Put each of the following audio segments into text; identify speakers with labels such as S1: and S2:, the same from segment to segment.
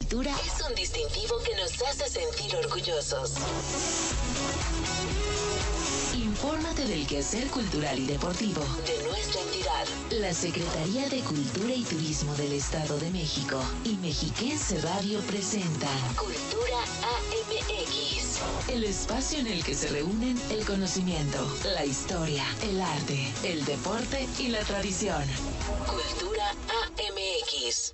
S1: Cultura es un distintivo que nos hace sentir orgullosos. Infórmate del quehacer cultural y deportivo de nuestra entidad. La Secretaría de Cultura y Turismo del Estado de México y Mexiquense Radio presentan Cultura AMX, el espacio en el que se reúnen el conocimiento, la historia, el arte, el deporte y la tradición. Cultura AMX.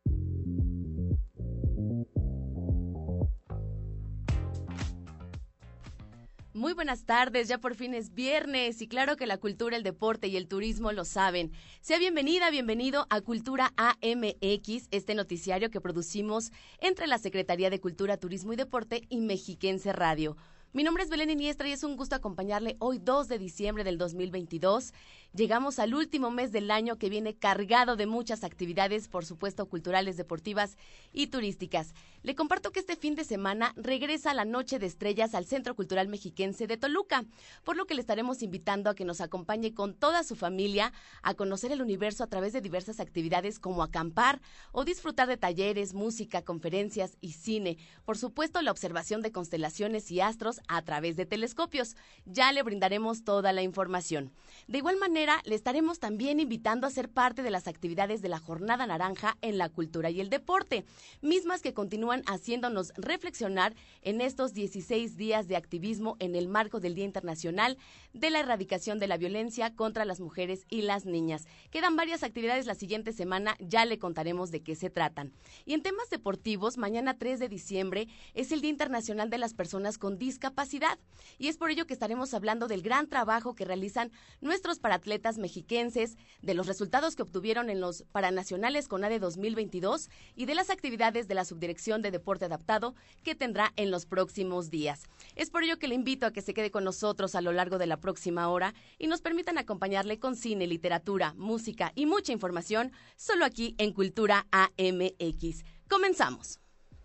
S2: Muy buenas tardes, ya por fin es viernes y claro que la cultura, el deporte y el turismo lo saben. Sea bienvenida, bienvenido a Cultura AMX, este noticiario que producimos entre la Secretaría de Cultura, Turismo y Deporte y Mexiquense Radio. Mi nombre es Belén Iniestra y es un gusto acompañarle hoy 2 de diciembre del 2022. Llegamos al último mes del año que viene cargado de muchas actividades, por supuesto culturales, deportivas y turísticas. Le comparto que este fin de semana regresa la Noche de Estrellas al Centro Cultural Mexiquense de Toluca, por lo que le estaremos invitando a que nos acompañe con toda su familia a conocer el universo a través de diversas actividades como acampar o disfrutar de talleres, música, conferencias y cine. Por supuesto, la observación de constelaciones y astros a través de telescopios. Ya le brindaremos toda la información. De igual manera, le estaremos también invitando a ser parte de las actividades de la Jornada Naranja en la cultura y el deporte, mismas que continúan haciéndonos reflexionar en estos 16 días de activismo en el marco del Día Internacional de la Erradicación de la Violencia contra las Mujeres y las Niñas. Quedan varias actividades la siguiente semana, ya le contaremos de qué se tratan. Y en temas deportivos, mañana 3 de diciembre es el Día Internacional de las Personas con Discapacidad y es por ello que estaremos hablando del gran trabajo que realizan nuestros paratletas mexiquenses, de los resultados que obtuvieron en los Paranacionales CONADE 2022 y de las actividades de la Subdirección de Deporte Adaptado que tendrá en los próximos días. Es por ello que le invito a que se quede con nosotros a lo largo de la próxima hora y nos permitan acompañarle con cine, literatura, música y mucha información solo aquí en Cultura AMX. Comenzamos.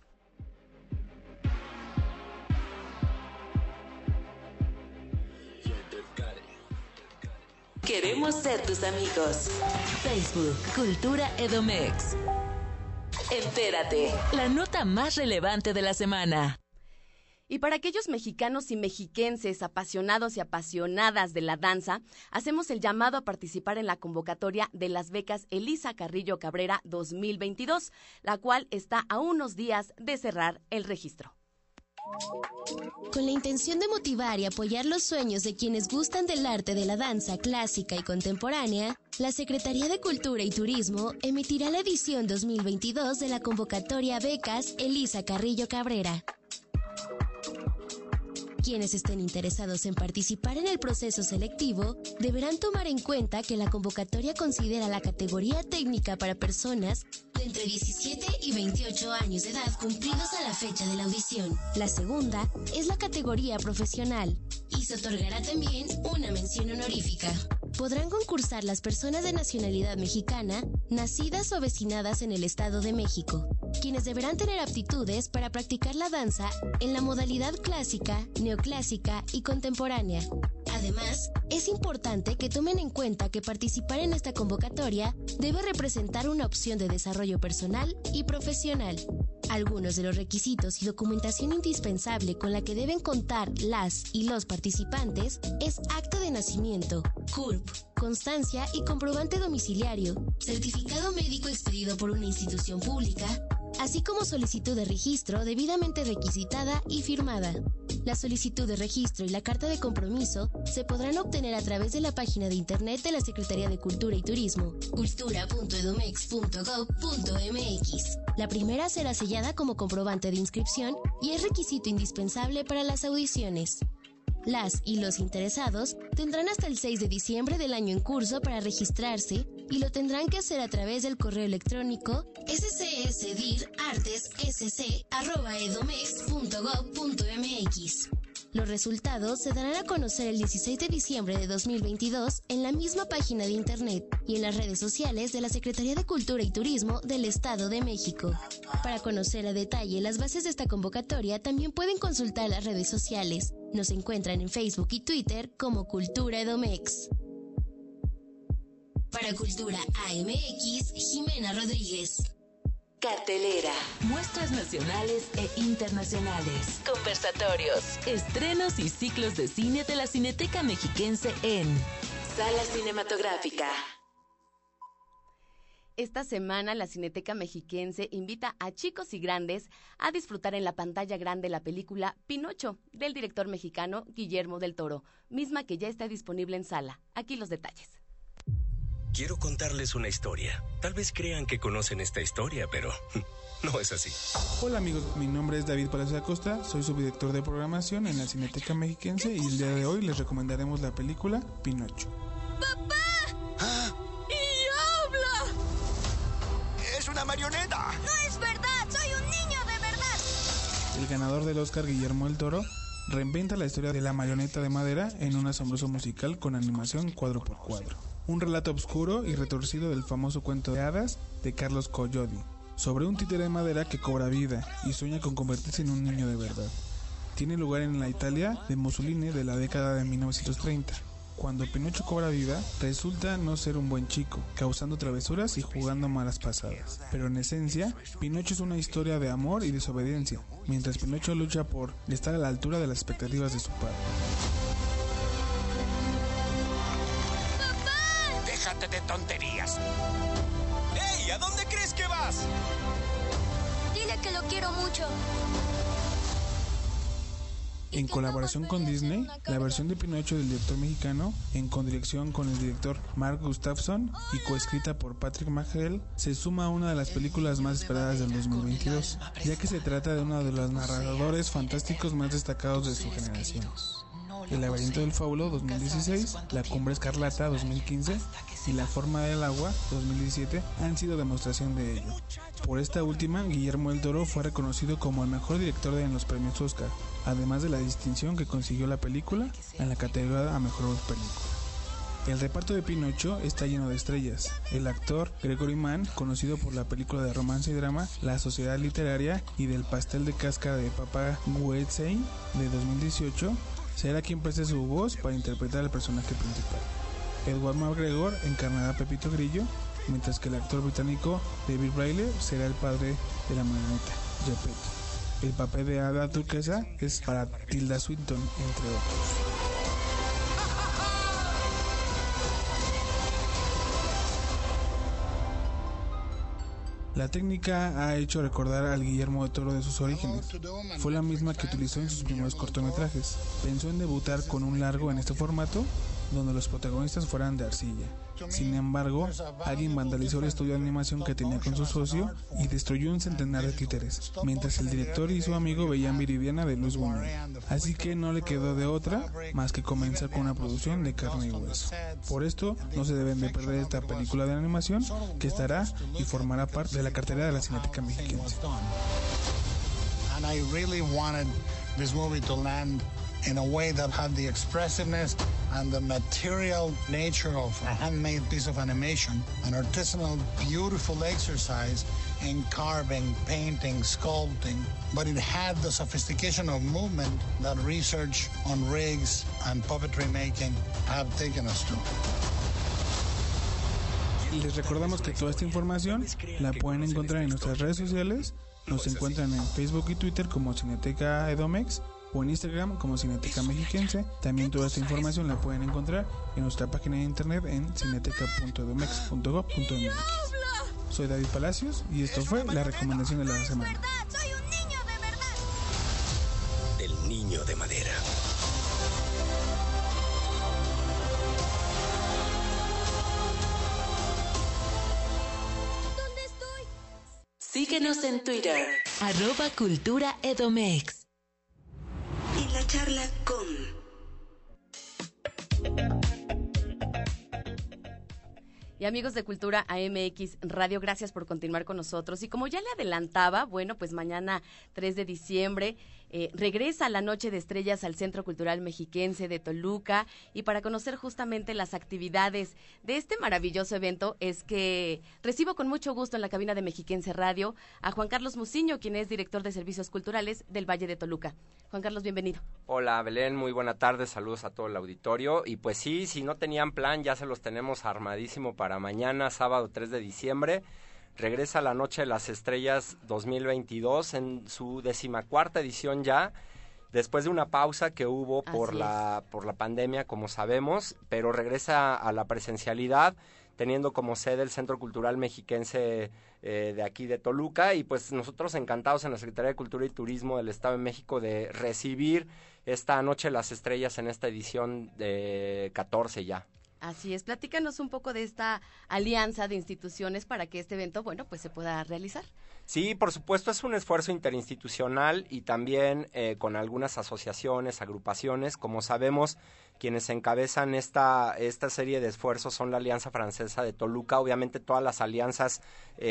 S1: Queremos ser tus amigos. Facebook, Cultura Edomex. Entérate, la nota más relevante de la semana.
S2: Y para aquellos mexicanos y mexiquenses apasionados y apasionadas de la danza, hacemos el llamado a participar en la convocatoria de las becas Elisa Carrillo Cabrera 2022, la cual está a unos días de cerrar el registro.
S3: Con la intención de motivar y apoyar los sueños de quienes gustan del arte de la danza clásica y contemporánea, la Secretaría de Cultura y Turismo emitirá la edición 2022 de la convocatoria Becas Elisa Carrillo Cabrera. Quienes estén interesados en participar en el proceso selectivo deberán tomar en cuenta que la convocatoria considera la categoría técnica para personas de entre 17 y 28 años de edad cumplidos a la fecha de la audición. La segunda es la categoría profesional y se otorgará también una mención honorífica. Podrán concursar las personas de nacionalidad mexicana nacidas o vecinadas en el Estado de México, quienes deberán tener aptitudes para practicar la danza en la modalidad clásica, neoclásica y contemporánea. Además, es importante que tomen en cuenta que participar en esta convocatoria debe representar una opción de desarrollo personal y profesional. Algunos de los requisitos y documentación indispensable con la que deben contar las y los participantes es acta de nacimiento, CURP, constancia y comprobante domiciliario, certificado médico expedido por una institución pública, así como solicitud de registro debidamente requisitada y firmada. La solicitud de registro y la carta de compromiso se podrán obtener a través de la página de internet de la Secretaría de Cultura y Turismo, cultura.edomex.gov.mx. La primera será sellada como comprobante de inscripción y es requisito indispensable para las audiciones. Las y los interesados tendrán hasta el 6 de diciembre del año en curso para registrarse y lo tendrán que hacer a través del correo electrónico scsdirartes@edomex.gov.mx. Los resultados se darán a conocer el 16 de diciembre de 2022 en la misma página de internet y en las redes sociales de la Secretaría de Cultura y Turismo del Estado de México. Para conocer a detalle las bases de esta convocatoria, también pueden consultar las redes sociales. Nos encuentran en Facebook y Twitter como Cultura Edomex. Para Cultura AMX, Jimena Rodríguez.
S1: Cartelera, muestras nacionales e internacionales, conversatorios, estrenos y ciclos de cine de la Cineteca Mexiquense en Sala Cinematográfica.
S2: Esta semana la Cineteca Mexiquense invita a chicos y grandes a disfrutar en la pantalla grande la película Pinocho del director mexicano Guillermo del Toro, misma que ya está disponible en sala. Aquí los detalles.
S4: Quiero contarles una historia. Tal vez crean que conocen esta historia, pero no es así.
S5: Hola amigos, mi nombre es David Palacio Acosta, soy subdirector de programación en la Cineteca Mexiquense y el día de hoy les recomendaremos la película Pinocho.
S6: ¡Papá!
S4: ¿Ah?
S6: ¡Y habla!
S7: ¡Es una marioneta!
S6: ¡No es verdad! ¡Soy un niño de verdad!
S5: El ganador del Oscar, Guillermo del Toro, reinventa la historia de la marioneta de madera en un asombroso musical con animación cuadro por cuadro. Un relato oscuro y retorcido del famoso cuento de hadas de Carlos Collodi, sobre un títere de madera que cobra vida y sueña con convertirse en un niño de verdad. Tiene lugar en la Italia de Mussolini de la década de 1930. Cuando Pinocho cobra vida, resulta no ser un buen chico, causando travesuras y jugando malas pasadas. Pero en esencia, Pinocho es una historia de amor y desobediencia, mientras Pinocho lucha por estar a la altura de las expectativas de su padre.
S7: ¡Déjate de tonterías! ¡Ey! ¿A dónde crees que vas?
S6: Dile que lo quiero mucho.
S5: En colaboración con Disney, la versión de Pinocho del director mexicano, en condirección con el director Mark Gustafson y coescrita por Patrick McHale, se suma a una de las películas más esperadas del 2022, ya que se trata de uno de los narradores fantásticos más destacados de su generación. El laberinto del fauno 2016, La cumbre escarlata 2015 y La forma del agua 2017 han sido demostración de ello. Por esta última, Guillermo del Toro fue reconocido como el mejor director en los premios Oscar, además de la distinción que consiguió la película en la categoría a mejor película. El reparto de Pinocho está lleno de estrellas. El actor Gregory Mann, conocido por la película de romance y drama La Sociedad Literaria y del pastel de cáscara de Papa Goethe de 2018, será quien preste su voz para interpretar al personaje principal. Edward McGregor encarnará a Pepito Grillo, mientras que el actor británico David Braille será el padre de la marioneta, Geppetto. El papel de Hada Turquesa es para Tilda Swinton, entre otros. La técnica ha hecho recordar al Guillermo del Toro de sus orígenes. Fue la misma que utilizó en sus primeros cortometrajes. Pensó en debutar con un largo en este formato, donde los protagonistas fueran de arcilla. Sin embargo, alguien vandalizó el estudio de animación que tenía con su socio y destruyó un centenar de títeres, mientras el director y su amigo veían Viridiana de luz buena. Así que no le quedó de otra más que comenzar con una producción de carne y hueso. Por esto, no se deben de perder esta película de animación que estará y formará parte de la cartera de la Cineteca Mexiquense.
S8: And I really wanted this movie to land in a way that had the expressiveness and the material nature of a handmade piece of animation, an artisanal, beautiful exercise in carving, painting, sculpting, but it had the sophistication of movement that research on rigs and puppetry making have taken us to.
S5: Les recordamos que toda esta información la pueden encontrar en nuestras redes sociales. Nos encuentran en Facebook y Twitter como Cineteca Edomex o en Instagram como Cineteca Mexiquense. También toda esta información la pueden encontrar en nuestra página de internet en cineteca.edomex.gov.mx. Soy David Palacios y esto fue la recomendación de la semana.
S6: ¡Soy un niño de verdad!
S4: El niño de madera.
S6: ¿Dónde estoy?
S1: Síguenos en Twitter, @culturaedomex. En la charla con...
S2: Y amigos de Cultura AMX Radio, gracias por continuar con nosotros. Y como ya le adelantaba, bueno, pues mañana 3 de diciembre regresa la Noche de Estrellas al Centro Cultural Mexiquense de Toluca. Y para conocer justamente las actividades de este maravilloso evento es que recibo con mucho gusto en la cabina de Mexiquense Radio a Juan Carlos Muciño, quien es director de Servicios Culturales del Valle de Toluca. Juan Carlos, bienvenido.
S9: Hola Belén, muy buena tarde, saludos a todo el auditorio. Y pues sí, si no tenían plan, ya se los tenemos armadísimo para mañana, sábado 3 de diciembre. regresa la Noche de las Estrellas 2022 en su 14ª edición ya, después de una pausa que hubo por la pandemia, como sabemos, pero regresa a la presencialidad, teniendo como sede el Centro Cultural Mexiquense de aquí de Toluca, y pues nosotros encantados en la Secretaría de Cultura y Turismo del Estado de México de recibir esta Noche de las Estrellas en esta edición de 14 ya.
S2: Así es, platícanos un poco de esta alianza de instituciones para que este evento, bueno, pues se pueda realizar.
S9: Sí, por supuesto, es un esfuerzo interinstitucional y también con algunas asociaciones, agrupaciones. Como sabemos, quienes encabezan esta serie de esfuerzos son la Alianza Francesa de Toluca, obviamente todas las alianzas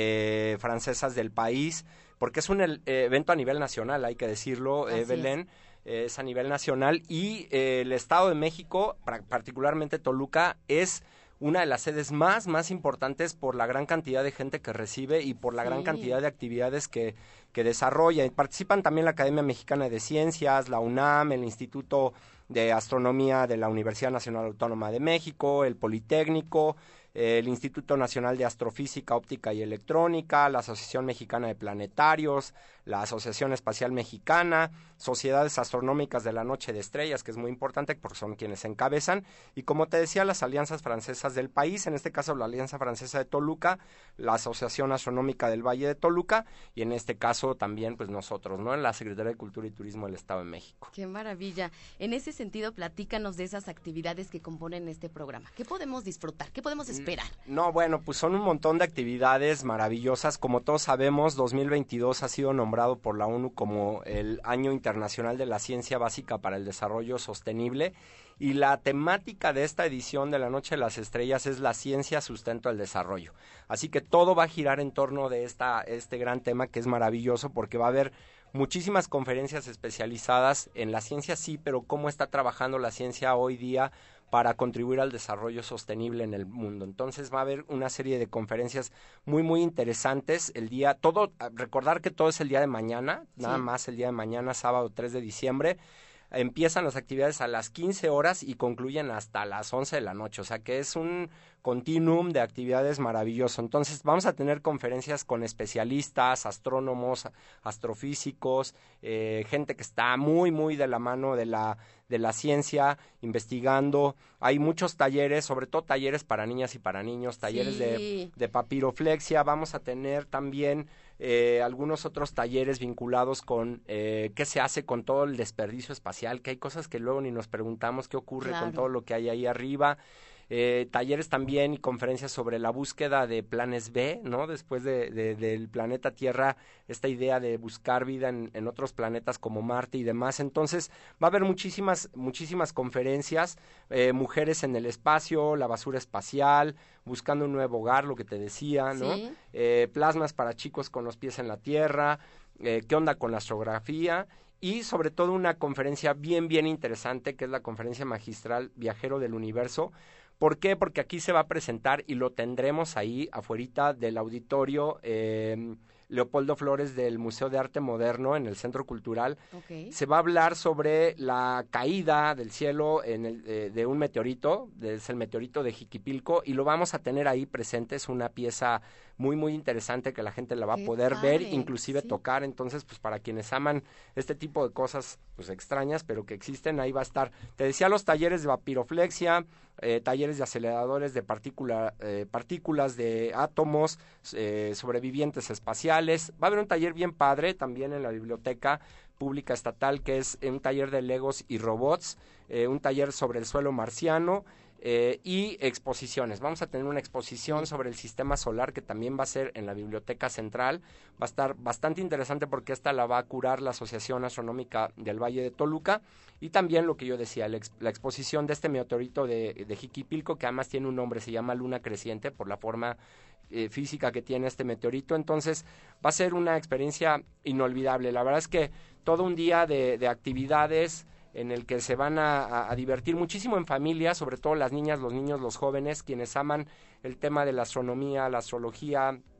S9: francesas del país, porque es un evento a nivel nacional, hay que decirlo, Belén. Es a nivel nacional y el Estado de México, particularmente Toluca, es una de las sedes más importantes por la gran cantidad de gente que recibe y por la gran cantidad de actividades que desarrolla. Participan también la Academia Mexicana de Ciencias, la UNAM, el Instituto de Astronomía de la Universidad Nacional Autónoma de México, el Politécnico, el Instituto Nacional de Astrofísica, Óptica y Electrónica, la Asociación Mexicana de Planetarios, la Asociación Espacial Mexicana, Sociedades Astronómicas de la Noche de Estrellas, que es muy importante porque son quienes encabezan, y como te decía, las alianzas francesas del país, en este caso la Alianza Francesa de Toluca, la Asociación Astronómica del Valle de Toluca, y en este caso también pues nosotros, ¿no? En la Secretaría de Cultura y Turismo del Estado de México.
S2: ¡Qué maravilla! En ese sentido, platícanos de esas actividades que componen este programa. ¿Qué podemos disfrutar? ¿Qué podemos esperar?
S9: No, bueno, pues son un montón de actividades maravillosas. Como todos sabemos, 2022 ha sido nombrado por la ONU como el Año Internacional de la Ciencia Básica para el Desarrollo Sostenible, y la temática de esta edición de la Noche de las Estrellas es la ciencia, sustento del desarrollo. Así que todo va a girar en torno de este gran tema, que es maravilloso porque va a haber muchísimas conferencias especializadas en la ciencia, sí, pero cómo está trabajando la ciencia hoy día para contribuir al desarrollo sostenible en el mundo. Entonces va a haber una serie de conferencias muy interesantes. Recordar que todo es el día de mañana, nada más el día de mañana, sábado 3 de diciembre. Empiezan las actividades a las 15 horas y concluyen hasta las 11 de la noche, o sea que es un continuum de actividades maravilloso. Entonces vamos a tener conferencias con especialistas, astrónomos, astrofísicos, gente que está muy de la mano de la ciencia, investigando. Hay muchos talleres, sobre todo talleres para niñas y para niños, talleres de papiroflexia. Vamos a tener también algunos otros talleres vinculados con qué se hace con todo el desperdicio espacial, que hay cosas que luego ni nos preguntamos qué ocurre con todo lo que hay ahí arriba. Talleres también y conferencias sobre la búsqueda de planes B, ¿no? Después del planeta Tierra, esta idea de buscar vida en otros planetas como Marte y demás. Entonces va a haber muchísimas conferencias, mujeres en el espacio, la basura espacial, buscando un nuevo hogar, lo que te decía, ¿no?
S2: Sí.
S9: Plasmas para chicos con los pies en la Tierra, qué onda con la astrografía. Y sobre todo una conferencia bien interesante, que es la conferencia magistral Viajero del Universo. ¿Por qué? Porque aquí se va a presentar y lo tendremos ahí afuerita del auditorio Leopoldo Flores del Museo de Arte Moderno en el Centro Cultural.
S2: Okay.
S9: Se va a hablar sobre la caída del cielo de un meteorito, es el meteorito de Jiquipilco, y lo vamos a tener ahí presente. Es una pieza muy interesante que la gente la va a poder ver, inclusive tocar. Entonces, pues para quienes aman este tipo de cosas pues extrañas, pero que existen, ahí va a estar. Te decía, los talleres de papiroflexia, talleres de aceleradores de partículas de átomos, sobrevivientes espaciales. Va a haber un taller bien padre también en la Biblioteca Pública Estatal, que es un taller de Legos y robots, un taller sobre el suelo marciano, y exposiciones. Vamos a tener una exposición sobre el sistema solar que también va a ser en la Biblioteca Central. Va a estar bastante interesante porque esta la va a curar la Asociación Astronómica del Valle de Toluca. Y también lo que yo decía, la exposición de este meteorito de Jiquipilco, que además tiene un nombre, se llama Luna Creciente, por la forma física que tiene este meteorito. Entonces va a ser una experiencia inolvidable. La verdad es que todo un día de actividades en el que se van a divertir muchísimo en familia, sobre todo las niñas, los niños, los jóvenes, quienes aman el tema de la astronomía, la astrología,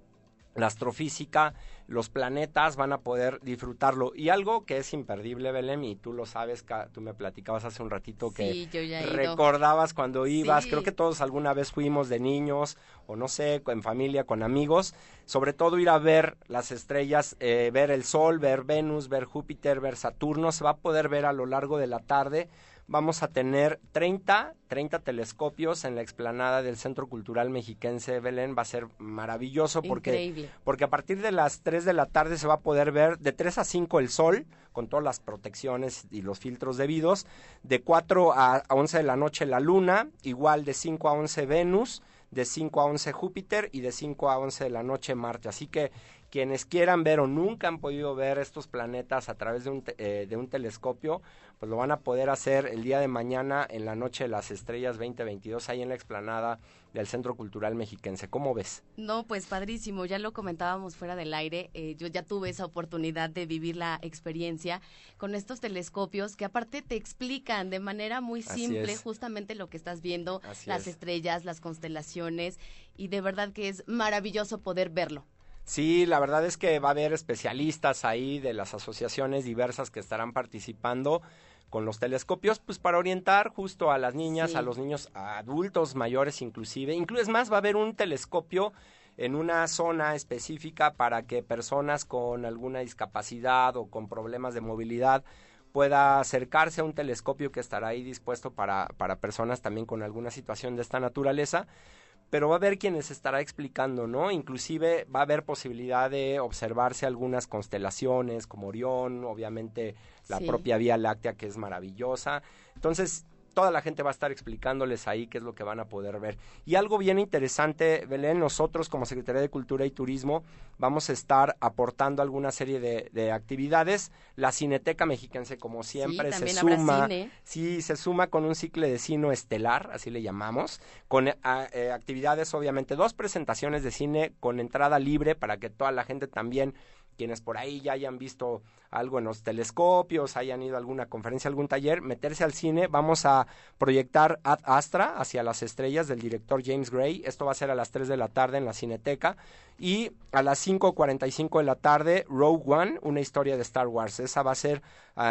S9: la astrofísica, los planetas, van a poder disfrutarlo. Y algo que es imperdible, Belén, y tú lo sabes, tú me platicabas hace un ratito que
S2: sí, yo ya he
S9: recordabas cuando ibas,
S2: sí.
S9: Creo que todos alguna vez fuimos de niños, o no sé, en familia, con amigos, sobre todo ir a ver las estrellas, ver el Sol, ver Venus, ver Júpiter, ver Saturno, se va a poder ver a lo largo de la tarde. Vamos a tener 30 telescopios en la explanada del Centro Cultural Mexiquense, Belén. Va a ser maravilloso porque a partir de las 3 de la tarde se va a poder ver de 3 a 5 el Sol, con todas las protecciones y los filtros debidos, de 4 a 11 de la noche la Luna, igual de 5 a 11 Venus, de 5 a 11 Júpiter y de 5 a 11 de la noche Marte. Así que quienes quieran ver o nunca han podido ver estos planetas a través de un telescopio, pues lo van a poder hacer el día de mañana en la Noche de las Estrellas 2022, ahí en la explanada del Centro Cultural Mexiquense. ¿Cómo ves?
S2: No, pues padrísimo, ya lo comentábamos fuera del aire, yo ya tuve esa oportunidad de vivir la experiencia con estos telescopios que aparte te explican de manera muy simple justamente lo que estás viendo, las estrellas, las constelaciones, y de verdad que es maravilloso poder verlo.
S9: Sí, la verdad es que va a haber especialistas ahí de las asociaciones diversas que estarán participando con los telescopios, pues para orientar justo a las niñas, a los niños, a adultos mayores inclusive. Es más, va a haber un telescopio en una zona específica para que personas con alguna discapacidad o con problemas de movilidad pueda acercarse a un telescopio que estará ahí dispuesto para personas también con alguna situación de esta naturaleza. Pero va a haber quienes estará explicando, ¿no? Inclusive va a haber posibilidad de observarse algunas constelaciones como Orión, obviamente la propia Vía Láctea, que es maravillosa. Entonces, toda la gente va a estar explicándoles ahí qué es lo que van a poder ver. Y algo bien interesante, Belén, nosotros como Secretaría de Cultura y Turismo vamos a estar aportando alguna serie de actividades. La Cineteca Mexiquense, como siempre, se suma. Sí, se suma con un ciclo de cine estelar, así le llamamos, con actividades, obviamente, 2 presentaciones de cine con entrada libre para que toda la gente también, quienes por ahí ya hayan visto algo en los telescopios, hayan ido a alguna conferencia, algún taller, meterse al cine. Vamos a proyectar Ad Astra, Hacia las Estrellas, del director James Gray. Esto va a ser a las 3 de la tarde en la Cineteca. Y a las 5:45 de la tarde, Rogue One, una historia de Star Wars. Esa va a ser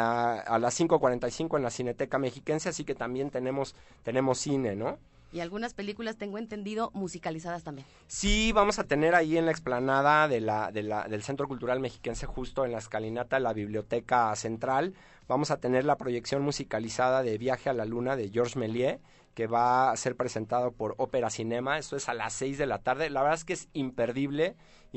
S9: a las 5:45 en la Cineteca Mexiquense, así que también tenemos cine, ¿no?
S2: Y algunas películas, tengo entendido, musicalizadas también.
S9: Sí, vamos a tener ahí en la explanada del Centro Cultural Mexiquense, justo en la escalinata de la Biblioteca Central, vamos a tener la proyección musicalizada de Viaje a la Luna de Georges Méliès, que va a ser presentado por Ópera Cinema. Esto es a las 6 de la tarde. La verdad es que es imperdible,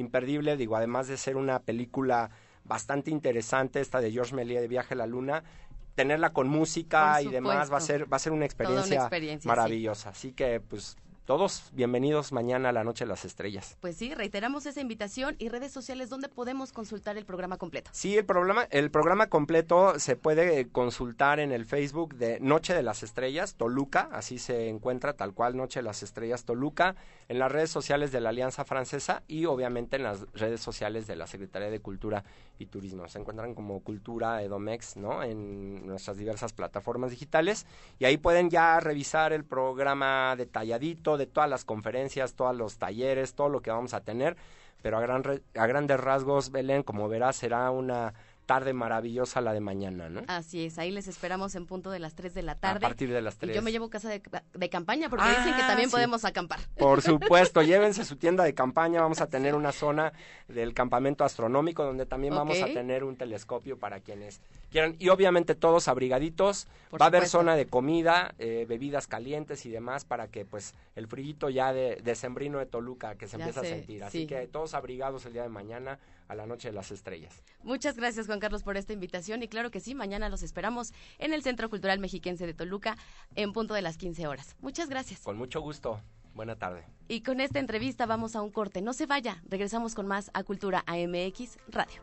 S9: digo, además de ser una película bastante interesante, esta de Georges Méliès de Viaje a la Luna, tenerla con música y demás va a ser una experiencia maravillosa. Así que, pues, todos bienvenidos mañana a la Noche de las Estrellas.
S2: Pues sí, reiteramos esa invitación y redes sociales donde podemos consultar el programa completo.
S9: Sí, el programa completo se puede consultar en el Facebook de Noche de las Estrellas Toluca, así se encuentra tal cual, Noche de las Estrellas Toluca, en las redes sociales de la Alianza Francesa y obviamente en las redes sociales de la Secretaría de Cultura y Turismo. Se encuentran como Cultura Edomex, ¿no?, en nuestras diversas plataformas digitales, y ahí pueden ya revisar el programa detalladito de todas las conferencias, todos los talleres, todo lo que vamos a tener, pero a grandes rasgos, Belén, como verás, será una tarde maravillosa la de mañana, ¿no?
S2: Así es, ahí les esperamos en punto de las 3 de la tarde.
S9: A partir de las 3.
S2: Y yo me llevo casa de campaña porque dicen que también podemos acampar.
S9: Por supuesto, llévense su tienda de campaña, vamos a tener una zona del campamento astronómico donde también vamos a tener un telescopio para quienes quieran, y obviamente todos abrigaditos. Va a haber zona de comida, bebidas calientes y demás para que pues el frillito ya de decembrino de Toluca que se empieza a sentir, así que todos abrigados el día de mañana a la Noche de las Estrellas.
S2: Muchas gracias, Juan Carlos, por esta invitación, y claro que sí, mañana los esperamos en el Centro Cultural Mexiquense de Toluca en punto de las 15 horas. Muchas gracias.
S9: Con mucho gusto. Buena tarde.
S2: Y con esta entrevista vamos a un corte. No se vaya, regresamos con más a Cultura AMX Radio.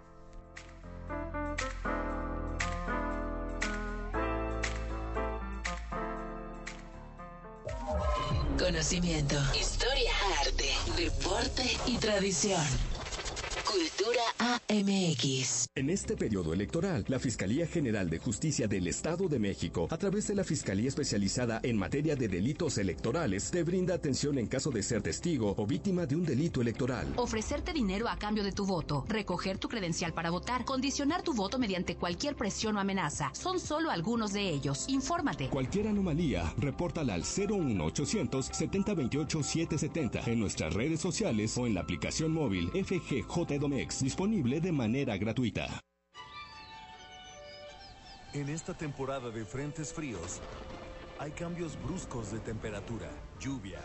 S1: Conocimiento, historia, arte, deporte y tradición. Cultura AMX.
S10: En este periodo electoral, la Fiscalía General de Justicia del Estado de México, a través de la Fiscalía Especializada en Materia de Delitos Electorales, te brinda atención en caso de ser testigo o víctima de un delito electoral.
S11: Ofrecerte dinero a cambio de tu voto, recoger tu credencial para votar, condicionar tu voto mediante cualquier presión o amenaza. Son solo algunos de ellos. Infórmate.
S10: Cualquier anomalía, repórtala al 01800 7028 770 en nuestras redes sociales o en la aplicación móvil FGJ Edomex, disponible de manera gratuita.
S12: En esta temporada de frentes fríos, hay cambios bruscos de temperatura, lluvia,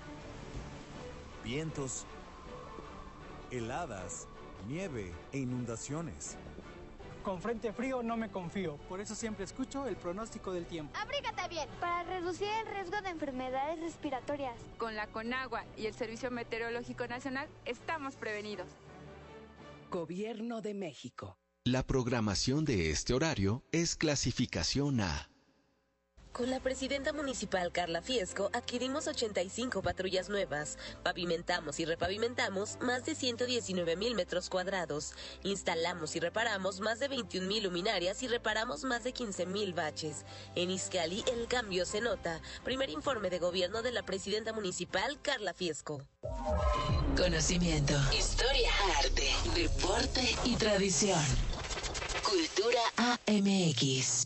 S12: vientos, heladas, nieve e inundaciones.
S13: Con frente frío no me confío, por eso siempre escucho el pronóstico del tiempo.
S6: Abrígate bien para reducir el riesgo de enfermedades respiratorias.
S14: Con la Conagua y el Servicio Meteorológico Nacional estamos prevenidos.
S15: Gobierno de México.
S16: La programación de este horario es clasificación A.
S17: Con la presidenta municipal Carla Fiesco adquirimos 85 patrullas nuevas, pavimentamos y repavimentamos más de 119,000 metros cuadrados, instalamos y reparamos más de 21,000 luminarias y reparamos más de 15,000 baches. En Izcalli el cambio se nota. Primer informe de gobierno de la presidenta municipal Carla Fiesco.
S1: Conocimiento, historia, arte, deporte y tradición. Cultura AMX.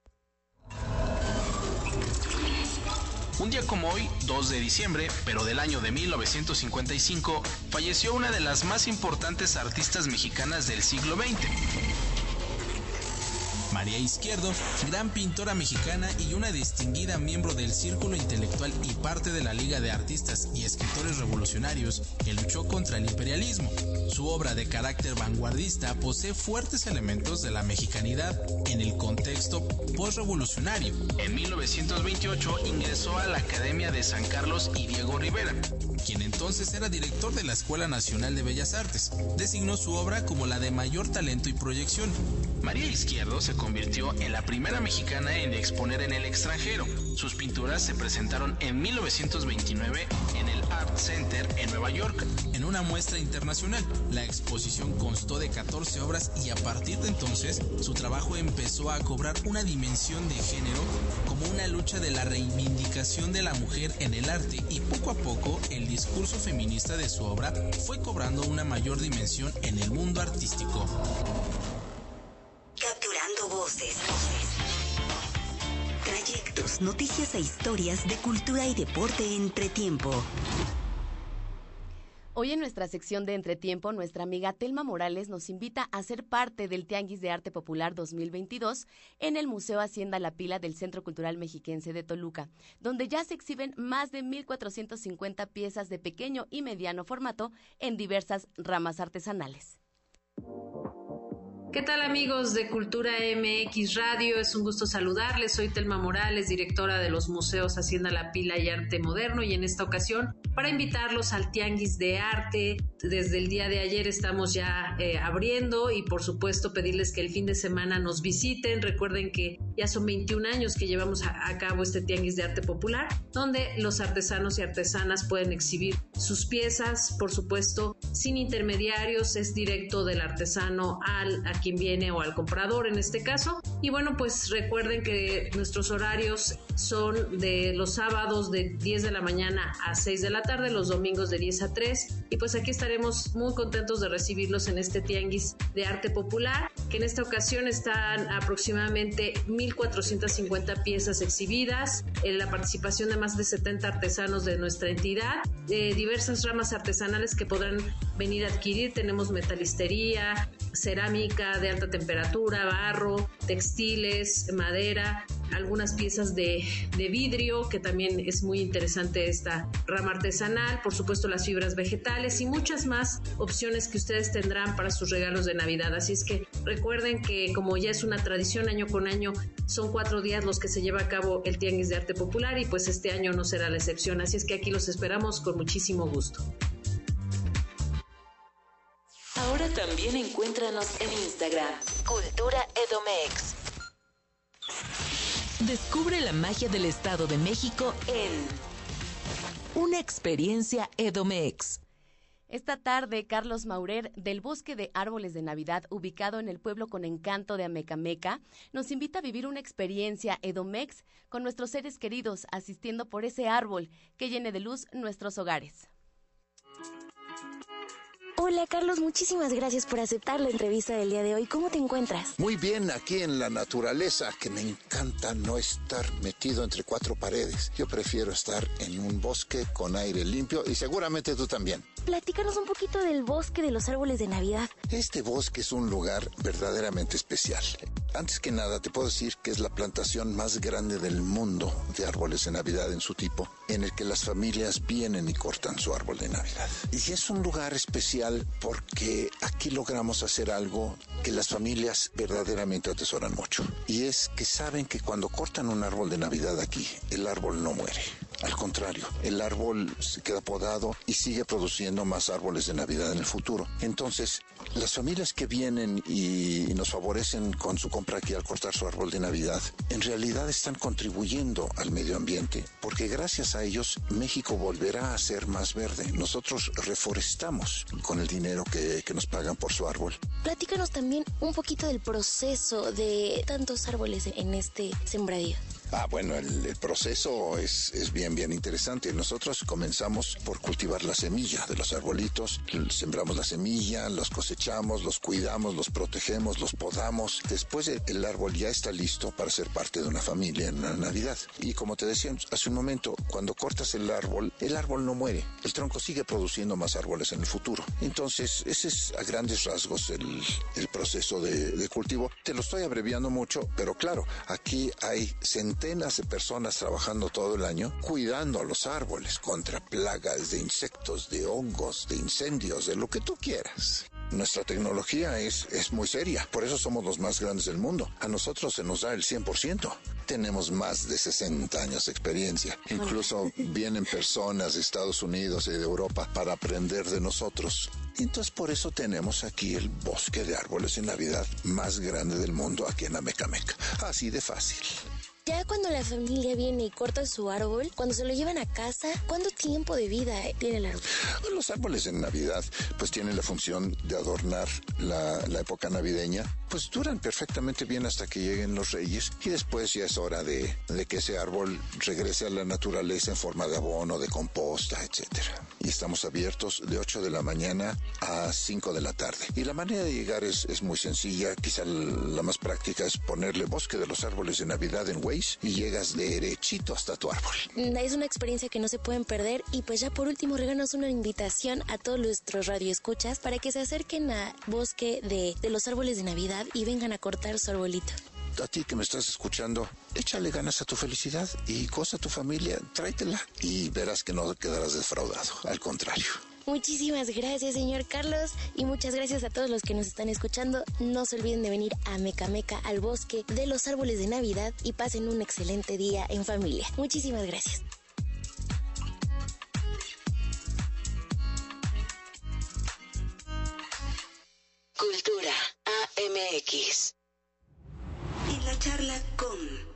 S18: Un día como hoy, 2 de diciembre, pero del año de 1955, falleció una de las más importantes artistas mexicanas del siglo XX. María Izquierdo, gran pintora mexicana y una distinguida miembro del Círculo Intelectual y parte de la Liga de Artistas y Escritores Revolucionarios que luchó contra el imperialismo. Su obra de carácter vanguardista posee fuertes elementos de la mexicanidad en el contexto postrevolucionario. En 1928 ingresó a la Academia de San Carlos y Diego Rivera, quien entonces era director de la Escuela Nacional de Bellas Artes. Designó su obra como la de mayor talento y proyección. María Izquierdo se convirtió en la primera mexicana en exponer en el extranjero. Sus pinturas se presentaron en 1929 en el Art Center en Nueva York, en una muestra internacional. La exposición constó de 14 obras y a partir de entonces su trabajo empezó a cobrar una dimensión de género como una lucha de la reivindicación de la mujer en el arte, y poco a poco el discurso feminista de su obra fue cobrando una mayor dimensión en el mundo artístico.
S19: Capturando voces, trayectos, noticias e historias de cultura y deporte entre tiempo.
S2: Hoy en nuestra sección de Entretiempo, nuestra amiga Telma Morales nos invita a ser parte del Tianguis de Arte Popular 2022 en el Museo Hacienda La Pila del Centro Cultural Mexiquense de Toluca, donde ya se exhiben más de 1,450 piezas de pequeño y mediano formato en diversas ramas artesanales.
S20: ¿Qué tal, amigos de Cultura MX Radio? Es un gusto saludarles. Soy Telma Morales, directora de los Museos Hacienda La Pila y Arte Moderno, y en esta ocasión para invitarlos al Tianguis de Arte. Desde el día de ayer estamos ya abriendo, y por supuesto pedirles que el fin de semana nos visiten. Recuerden que ya son 21 años que llevamos a cabo este Tianguis de Arte Popular, donde los artesanos y artesanas pueden exhibir sus piezas, por supuesto, sin intermediarios. Es directo del artesano a quien viene o al comprador en este caso. Y bueno, pues recuerden que nuestros horarios son de los sábados de 10 de la mañana a 6 de la tarde, los domingos de 10 a 3, y pues aquí estaremos muy contentos de recibirlos en este Tianguis de Arte Popular, que en esta ocasión están aproximadamente 1,450 piezas exhibidas, en la participación de más de 70 artesanos de nuestra entidad, de diversas ramas artesanales que podrán venir a adquirir. Tenemos metalistería, cerámica de alta temperatura, barro, textiles, madera, algunas piezas de vidrio, que también es muy interesante esta rama artesanal, por supuesto las fibras vegetales y muchas más opciones que ustedes tendrán para sus regalos de Navidad. Así es que recuerden que, como ya es una tradición año con año, son 4 días los que se lleva a cabo el Tianguis de Arte Popular, y pues este año no será la excepción. Así es que aquí los esperamos con muchísimo gusto.
S1: Ahora también encuéntranos en Instagram, Cultura Edomex. Descubre la magia del Estado de México en Una Experiencia Edomex.
S2: Esta tarde, Carlos Maurer, del Bosque de Árboles de Navidad, ubicado en el pueblo con encanto de Amecameca, nos invita a vivir una experiencia Edomex con nuestros seres queridos, asistiendo por ese árbol que llene de luz nuestros hogares.
S21: Hola Carlos, muchísimas gracias por aceptar la entrevista del día de hoy. ¿Cómo te encuentras?
S22: Muy bien, aquí en la naturaleza, que me encanta no estar metido entre cuatro paredes. Yo prefiero estar en un bosque con aire limpio y seguramente tú también.
S21: Platícanos un poquito del Bosque de los Árboles de Navidad.
S22: Este bosque es un lugar verdaderamente especial. Antes que nada, te puedo decir que es la plantación más grande del mundo de árboles de Navidad en su tipo, en el que las familias vienen y cortan su árbol de Navidad. Y es un lugar especial porque aquí logramos hacer algo que las familias verdaderamente atesoran mucho. Y es que saben que cuando cortan un árbol de Navidad aquí, el árbol no muere. Al contrario, el árbol se queda podado y sigue produciendo más árboles de Navidad en el futuro. Entonces, las familias que vienen y nos favorecen con su compra aquí al cortar su árbol de Navidad, en realidad están contribuyendo al medio ambiente, porque gracias a ellos México volverá a ser más verde. Nosotros reforestamos con el dinero que nos pagan por su árbol.
S21: Platícanos también un poquito del proceso de tantos árboles en este sembradío.
S22: Bueno, el proceso es bien interesante. Nosotros comenzamos por cultivar la semilla de los arbolitos. Sembramos la semilla, los cosechamos, los cuidamos, los protegemos, los podamos. Después el árbol ya está listo para ser parte de una familia en la Navidad. Y como te decía hace un momento, cuando cortas el árbol no muere. El tronco sigue produciendo más árboles en el futuro. Entonces, ese es a grandes rasgos el proceso de cultivo. Te lo estoy abreviando mucho, pero claro, aquí hay centenas de personas trabajando todo el año cuidando a los árboles contra plagas de insectos, de hongos, de incendios, de lo que tú quieras. Nuestra tecnología es muy seria, por eso somos los más grandes del mundo. A nosotros se nos da el 100%. Tenemos más de 60 años de experiencia. Incluso vienen personas de Estados Unidos y de Europa para aprender de nosotros. Entonces por eso tenemos aquí el bosque de árboles de Navidad más grande del mundo aquí en Amecameca. Así de fácil.
S21: Ya cuando la familia viene y corta su árbol, cuando se lo llevan a casa, ¿cuánto tiempo de vida tiene el árbol?
S22: Los árboles en Navidad pues tienen la función de adornar la época navideña. Pues duran perfectamente bien hasta que lleguen los Reyes y después ya es hora de que ese árbol regrese a la naturaleza en forma de abono, de composta, etcétera. Y estamos abiertos de 8 de la mañana a 5 de la tarde. Y la manera de llegar es muy sencilla. Quizá la más práctica es ponerle Bosque de los Árboles de Navidad en Waze y llegas derechito hasta tu árbol.
S21: Es una experiencia que no se pueden perder. Y pues ya por último, regálanos una invitación a todos nuestros radioescuchas para que se acerquen a Bosque de los Árboles de Navidad y vengan a cortar su arbolito.
S22: A ti que me estás escuchando, échale ganas a tu felicidad y goza a tu familia, tráetela y verás que no quedarás defraudado, al contrario.
S21: Muchísimas gracias, señor Carlos, y muchas gracias a todos los que nos están escuchando. No se olviden de venir a Amecameca, al Bosque de los Árboles de Navidad, y pasen un excelente día en familia. Muchísimas gracias.
S1: Cultura AMX.
S19: En la charla con...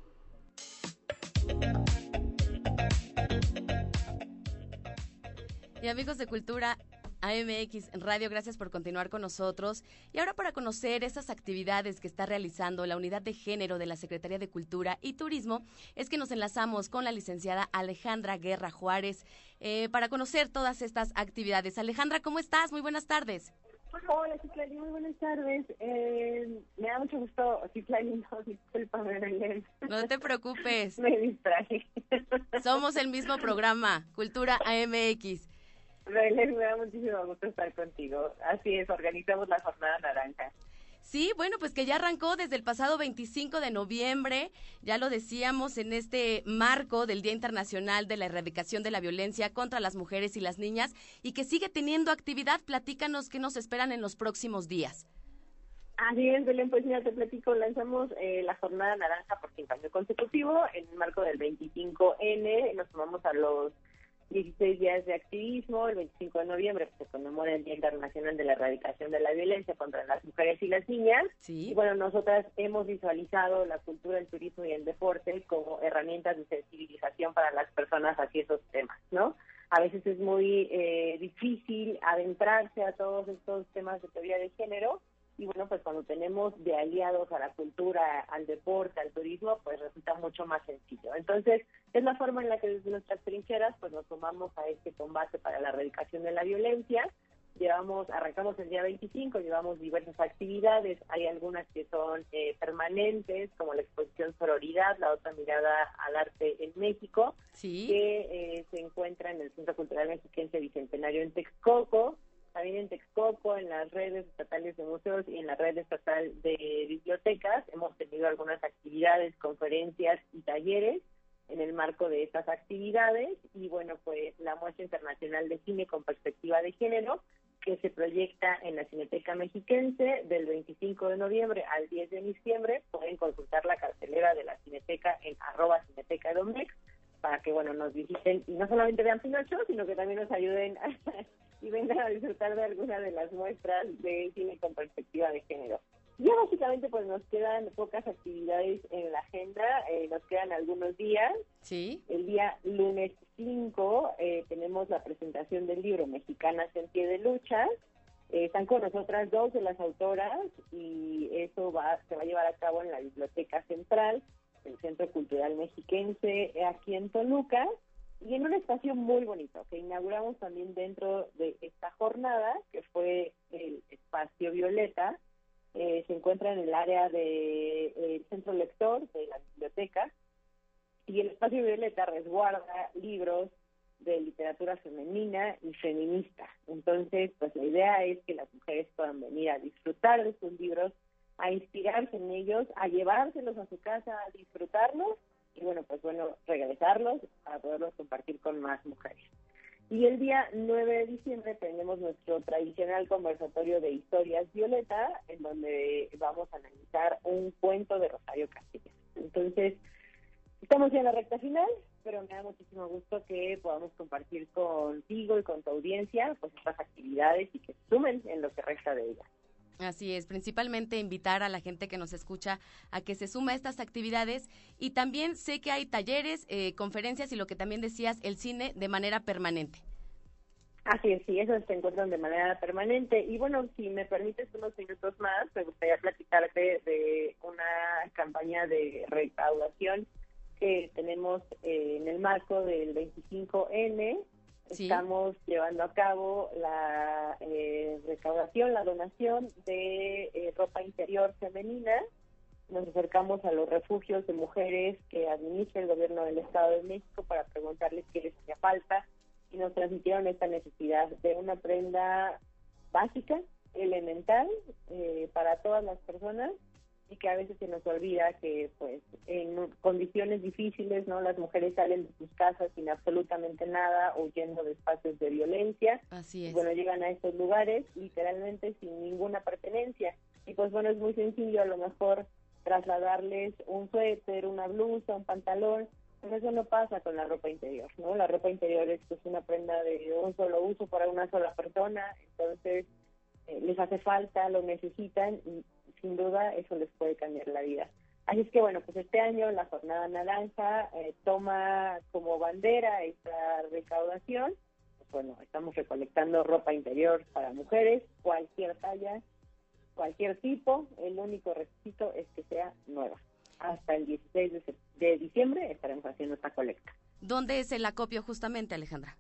S2: Y amigos de Cultura AMX Radio, gracias por continuar con nosotros. Y ahora para conocer esas actividades que está realizando la Unidad de Género de la Secretaría de Cultura y Turismo, es que nos enlazamos con la licenciada Alejandra Guerra Juárez para conocer todas estas actividades. Alejandra, ¿cómo estás? Muy buenas tardes.
S23: Hola, Citlali, muy buenas tardes. Me da mucho gusto, Citlali, no, discúlpame, Belén.
S2: No te preocupes.
S23: Me distraje.
S2: Somos el mismo programa, Cultura AMX.
S23: Belén, me da muchísimo gusto estar contigo. Así es, organizamos la Jornada Naranja.
S2: Sí, bueno, pues que ya arrancó desde el pasado 25 de noviembre, ya lo decíamos, en este marco del Día Internacional de la Erradicación de la Violencia contra las Mujeres y las Niñas, y que sigue teniendo actividad. Platícanos qué nos esperan en los próximos días.
S23: Así es, Belén, pues mira, te platico, lanzamos la Jornada Naranja por 5 años consecutivos, en el marco del 25N, nos tomamos a los 16 días de activismo. El 25 de noviembre se conmemora el Día Internacional de la Erradicación de la Violencia contra las Mujeres y las Niñas.
S2: Sí.
S23: Y bueno, nosotras hemos visualizado la cultura, el turismo y el deporte como herramientas de sensibilización para las personas hacia esos temas, ¿no? A veces es muy difícil adentrarse a todos estos temas de teoría de género, y bueno, pues cuando tenemos de aliados a la cultura, al deporte, al turismo, pues resulta mucho más sencillo. Entonces, es la forma en la que desde nuestras trincheras pues nos sumamos a este combate para la erradicación de la violencia. Arrancamos el día 25, llevamos diversas actividades, hay algunas que son permanentes, como la exposición Sororidad, la otra mirada al arte en México, que se encuentra en el Centro Cultural Mexiquense Bicentenario en Texcoco. También en Texcoco, en las redes estatales de museos y en la red estatal de bibliotecas, hemos tenido algunas actividades, conferencias y talleres en el marco de estas actividades. Y bueno, pues la Muestra Internacional de Cine con Perspectiva de Género, que se proyecta en la Cineteca Mexiquense del 25 de noviembre al 10 de diciembre. Pueden consultar la cartelera de la Cineteca en @cinetecaedomex para que, bueno, nos visiten y no solamente vean Pinocho, sino que también nos ayuden y vengan a disfrutar de alguna de las muestras de cine con perspectiva de género. Ya básicamente pues nos quedan pocas actividades en la agenda, nos quedan algunos días.
S2: Sí.
S23: El día lunes 5 tenemos la presentación del libro Mexicanas en Pie de Lucha. Están con nosotras 2 de las autoras y eso se va a llevar a cabo en la Biblioteca Central, el Centro Cultural Mexiquense, aquí en Toluca, y en un espacio muy bonito que inauguramos también dentro de esta jornada, que fue el Espacio Violeta. Se encuentra en el área del Centro Lector de la biblioteca, y el Espacio Violeta resguarda libros de literatura femenina y feminista. Entonces, pues la idea es que las mujeres puedan venir a disfrutar de estos libros, a inspirarse en ellos, a llevárselos a su casa, a disfrutarlos, y regresarlos para poderlos compartir con más mujeres. Y el día 9 de diciembre tenemos nuestro tradicional conversatorio de historias Violeta, en donde vamos a analizar un cuento de Rosario Castellanos. Entonces, estamos ya en la recta final, pero me da muchísimo gusto que podamos compartir contigo y con tu audiencia pues estas actividades y que se sumen en lo que resta de ellas.
S2: Así es, principalmente invitar a la gente que nos escucha a que se suma a estas actividades, y también sé que hay talleres, conferencias y lo que también decías, el cine de manera permanente.
S23: Así es, sí, esos se encuentran de manera permanente. Y bueno, si me permites unos minutos más, me gustaría platicarte de una campaña de recaudación que tenemos en el marco del 25N. Sí. Estamos llevando a cabo la recaudación, la donación de ropa interior femenina. Nos acercamos a los refugios de mujeres que administra el gobierno del Estado de México para preguntarles qué les hacía falta, y nos transmitieron esta necesidad de una prenda básica, elemental, para todas las personas, y que a veces se nos olvida que pues en condiciones difíciles, ¿no?, las mujeres salen de sus casas sin absolutamente nada, huyendo de espacios de violencia.
S2: Así es.
S23: Bueno, llegan a estos lugares literalmente sin ninguna pertenencia, y pues bueno, es muy sencillo a lo mejor trasladarles un suéter, una blusa, un pantalón, pero eso no pasa con la ropa interior, ¿no? La ropa interior es pues una prenda de un solo uso para una sola persona, entonces les hace falta, lo necesitan, y sin duda eso les puede cambiar la vida. Así es que bueno, pues este año la Jornada Naranja toma como bandera esta recaudación. Pues bueno, estamos recolectando ropa interior para mujeres, cualquier talla, cualquier tipo, el único requisito es que sea nueva. Hasta el 16 de diciembre estaremos haciendo esta colecta.
S2: ¿Dónde es el acopio justamente, Alejandra?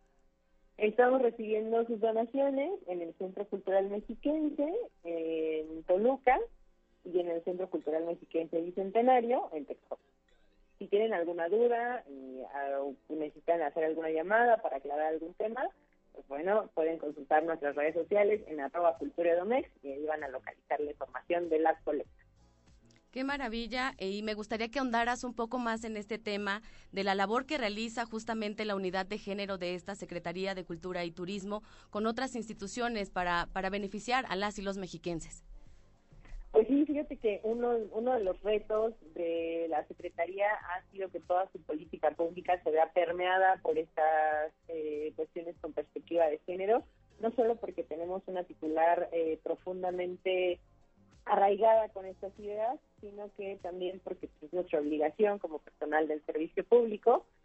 S23: Estamos recibiendo sus donaciones en el Centro Cultural Mexiquense, en Toluca, y en el Centro Cultural Mexiquense Bicentenario, en Texcoco. Si tienen alguna duda y necesitan hacer alguna llamada para aclarar algún tema, pues bueno, pueden consultar nuestras redes sociales en @culturaedomex, y ahí van a localizar la información de la colecta.
S2: Qué maravilla, y me gustaría que ahondaras un poco más en este tema de la labor que realiza justamente la unidad de género de esta Secretaría de Cultura y Turismo con otras instituciones para beneficiar a las y los mexiquenses.
S23: Pues sí, fíjate que uno de los retos de la Secretaría ha sido que toda su política pública se vea permeada por estas cuestiones con perspectiva de género, no solo porque tenemos una titular profundamente arraigada con estas ideas, sino que también porque es nuestra obligación como personal del servicio público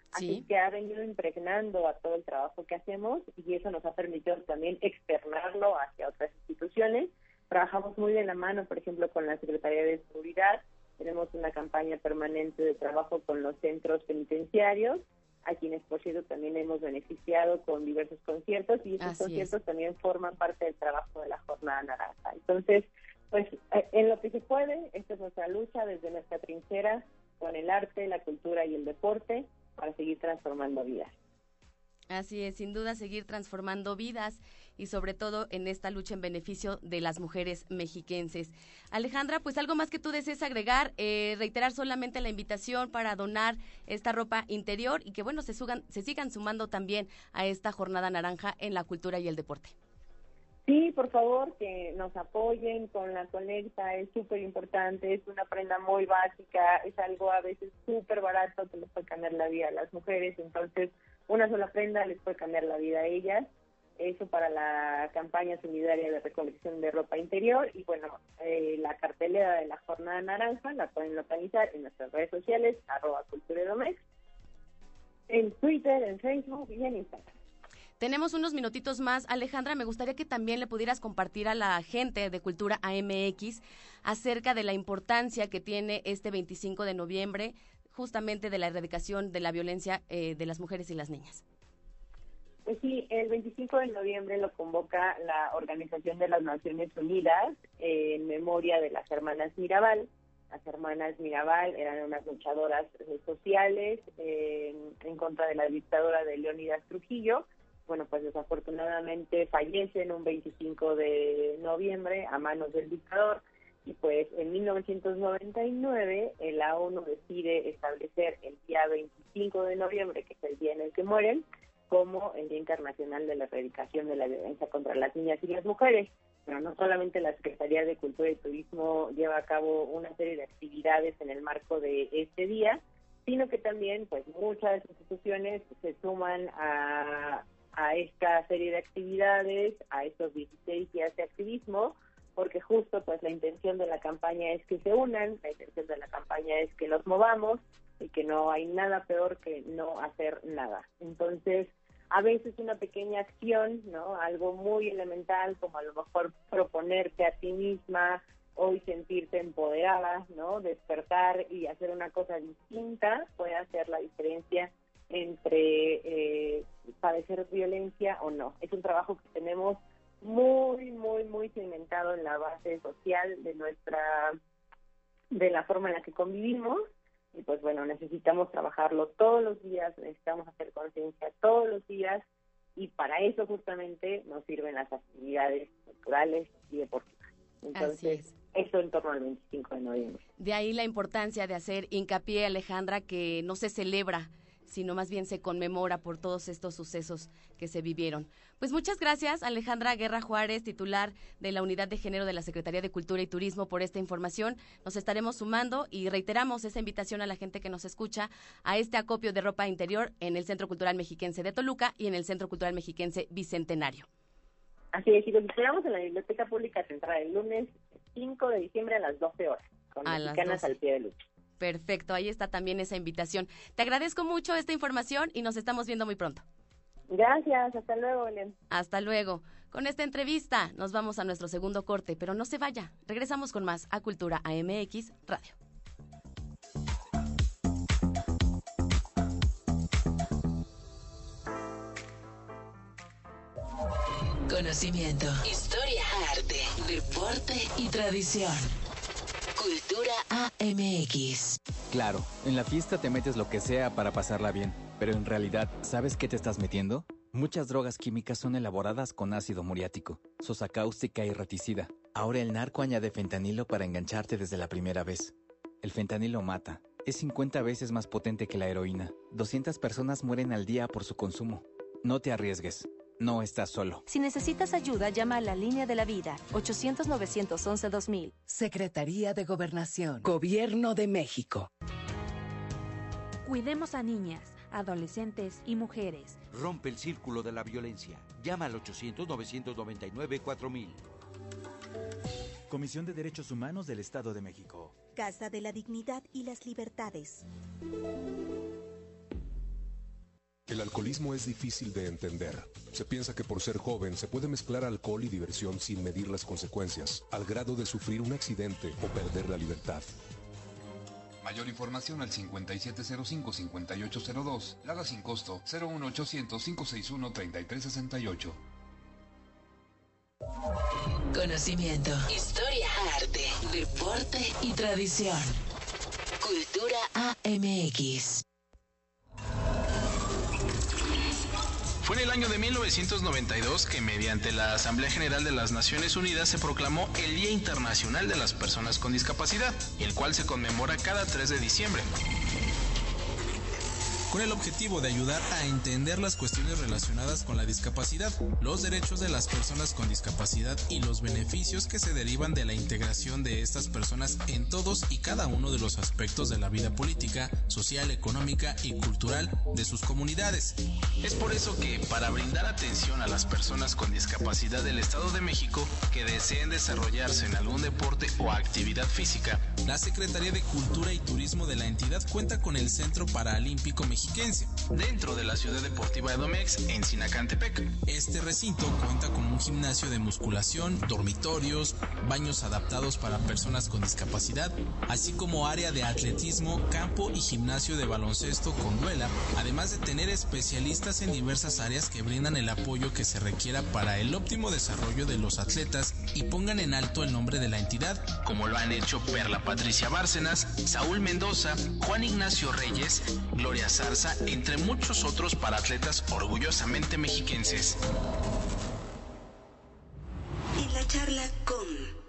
S23: Así que ha venido impregnando a todo el trabajo que hacemos y eso nos ha permitido también externarlo hacia otras instituciones. Trabajamos muy de la mano, por ejemplo, con la Secretaría de Seguridad. Tenemos una campaña permanente de trabajo con los centros penitenciarios, a quienes, por cierto, también hemos beneficiado con diversos conciertos, y esos conciertos también forman parte del trabajo de la Jornada Naranja. Entonces, pues, en lo que se puede, esta es nuestra lucha desde nuestra trinchera con el arte, la cultura y el deporte para seguir transformando vidas.
S2: Así es, sin duda seguir transformando vidas y sobre todo en esta lucha en beneficio de las mujeres mexiquenses. Alejandra, pues algo más que tú desees agregar, reiterar solamente la invitación para donar esta ropa interior y que bueno, se sigan sumando también a esta Jornada Naranja en la cultura y el deporte.
S23: Sí, por favor, que nos apoyen con la colecta, es súper importante, es una prenda muy básica, es algo a veces súper barato que les puede cambiar la vida a las mujeres, entonces una sola prenda les puede cambiar la vida a ellas. Eso para la campaña solidaria de recolección de ropa interior. Y bueno, la cartelera de la Jornada Naranja la pueden localizar en nuestras redes sociales, @culturaedomex, en Twitter, en Facebook y en Instagram.
S2: Tenemos unos minutitos más. Alejandra, me gustaría que también le pudieras compartir a la gente de Cultura AMX acerca de la importancia que tiene este 25 de noviembre, justamente de la erradicación de la violencia de las mujeres y las niñas.
S23: Pues sí, el 25 de noviembre lo convoca la Organización de las Naciones Unidas en memoria de las hermanas Mirabal. Las hermanas Mirabal eran unas luchadoras sociales en contra de la dictadura de Leónidas Trujillo. Bueno, pues desafortunadamente fallecen un 25 de noviembre a manos del dictador. Y pues en 1999 la ONU decide establecer el día 25 de noviembre, que es el día en el que mueren, como el Día Internacional de la Erradicación de la Violencia contra las Niñas y las Mujeres. Pero no solamente la Secretaría de Cultura y Turismo lleva a cabo una serie de actividades en el marco de este día, sino que también pues muchas instituciones se suman a esta serie de actividades, a estos 16 días de activismo, porque justo pues la intención de la campaña es que se unan, la intención de la campaña es que nos movamos y que no hay nada peor que no hacer nada. Entonces, a veces una pequeña acción, ¿no? Algo muy elemental, como a lo mejor proponerte a ti misma hoy sentirte empoderada, ¿no? Despertar y hacer una cosa distinta puede hacer la diferencia entre padecer violencia o no. Es un trabajo que tenemos muy, muy, muy cimentado en la base social de la forma en la que convivimos. Y pues bueno, necesitamos trabajarlo todos los días, necesitamos hacer conciencia todos los días, y para eso justamente nos sirven las actividades culturales y deportivas. Entonces, eso en torno al 25 de noviembre.
S2: De ahí la importancia de hacer hincapié, Alejandra, que no se celebra, sino más bien se conmemora por todos estos sucesos que se vivieron. Pues muchas gracias, Alejandra Guerra Juárez, titular de la Unidad de Género de la Secretaría de Cultura y Turismo, por esta información. Nos estaremos sumando y reiteramos esa invitación a la gente que nos escucha a este acopio de ropa interior en el Centro Cultural Mexiquense de Toluca y en el Centro Cultural Mexiquense Bicentenario.
S23: Así es, y los esperamos en la Biblioteca Pública Central el lunes 5 de diciembre a las 12 horas, con Mexicanas al pie de lucha.
S2: Perfecto, ahí está también esa invitación. Te agradezco mucho esta información y nos estamos viendo muy pronto.
S23: Gracias, hasta luego, Belén.
S2: Hasta luego. Con esta entrevista nos vamos a nuestro segundo corte, pero no se vaya. Regresamos con más a Cultura AMX Radio.
S1: Conocimiento, historia, arte, deporte y tradición. Cultura AMX.
S3: Claro, en la fiesta te metes lo que sea para pasarla bien, pero en realidad, ¿sabes qué te estás metiendo? Muchas drogas químicas son elaboradas con ácido muriático, sosa cáustica y reticida. Ahora el narco añade fentanilo para engancharte desde la primera vez. El fentanilo mata. Es 50 veces más potente que la heroína. 200 personas mueren al día por su consumo. No te arriesgues. No estás solo.
S7: Si necesitas ayuda, llama a la Línea de la Vida, 800-911-2000.
S15: Secretaría de Gobernación. Gobierno de México.
S8: Cuidemos a niñas, adolescentes y mujeres.
S24: Rompe el círculo de la violencia. Llama al 800-999-4000.
S25: Comisión de Derechos Humanos del Estado de México.
S19: Casa de la Dignidad y las Libertades.
S4: El alcoholismo es difícil de entender. Se piensa que por ser joven se puede mezclar alcohol y diversión sin medir las consecuencias, al grado de sufrir un accidente o perder la libertad.
S5: Mayor información al 5705-5802. Lada sin costo 01800-561-3368.
S1: Conocimiento, historia, arte, deporte y tradición. Cultura AMX.
S18: Fue en el año de 1992 que mediante la Asamblea General de las Naciones Unidas se proclamó el Día Internacional de las Personas con Discapacidad, el cual se conmemora cada 3 de diciembre. Con el objetivo de ayudar a entender las cuestiones relacionadas con la discapacidad, los derechos de las personas con discapacidad y los beneficios que se derivan de la integración de estas personas en todos y cada uno de los aspectos de la vida política, social, económica y cultural de sus comunidades. Es por eso que, para brindar atención a las personas con discapacidad del Estado de México que deseen desarrollarse en algún deporte o actividad física, la Secretaría de Cultura y Turismo de la entidad cuenta con el Centro Paralímpico Mexiquense, dentro de la Ciudad Deportiva Edomex, en Sinacantepec. Este recinto cuenta con un gimnasio de musculación, dormitorios, baños adaptados para personas con discapacidad, así como área de atletismo, campo y gimnasio de baloncesto con duela, además de tener especialistas en diversas áreas que brindan el apoyo que se requiera para el óptimo desarrollo de los atletas y pongan en alto el nombre de la entidad, como lo han hecho Perla Patricia Bárcenas, Saúl Mendoza, Juan Ignacio Reyes, Gloria Zarza, entre muchos otros paratletas orgullosamente mexiquenses.
S19: En la charla con...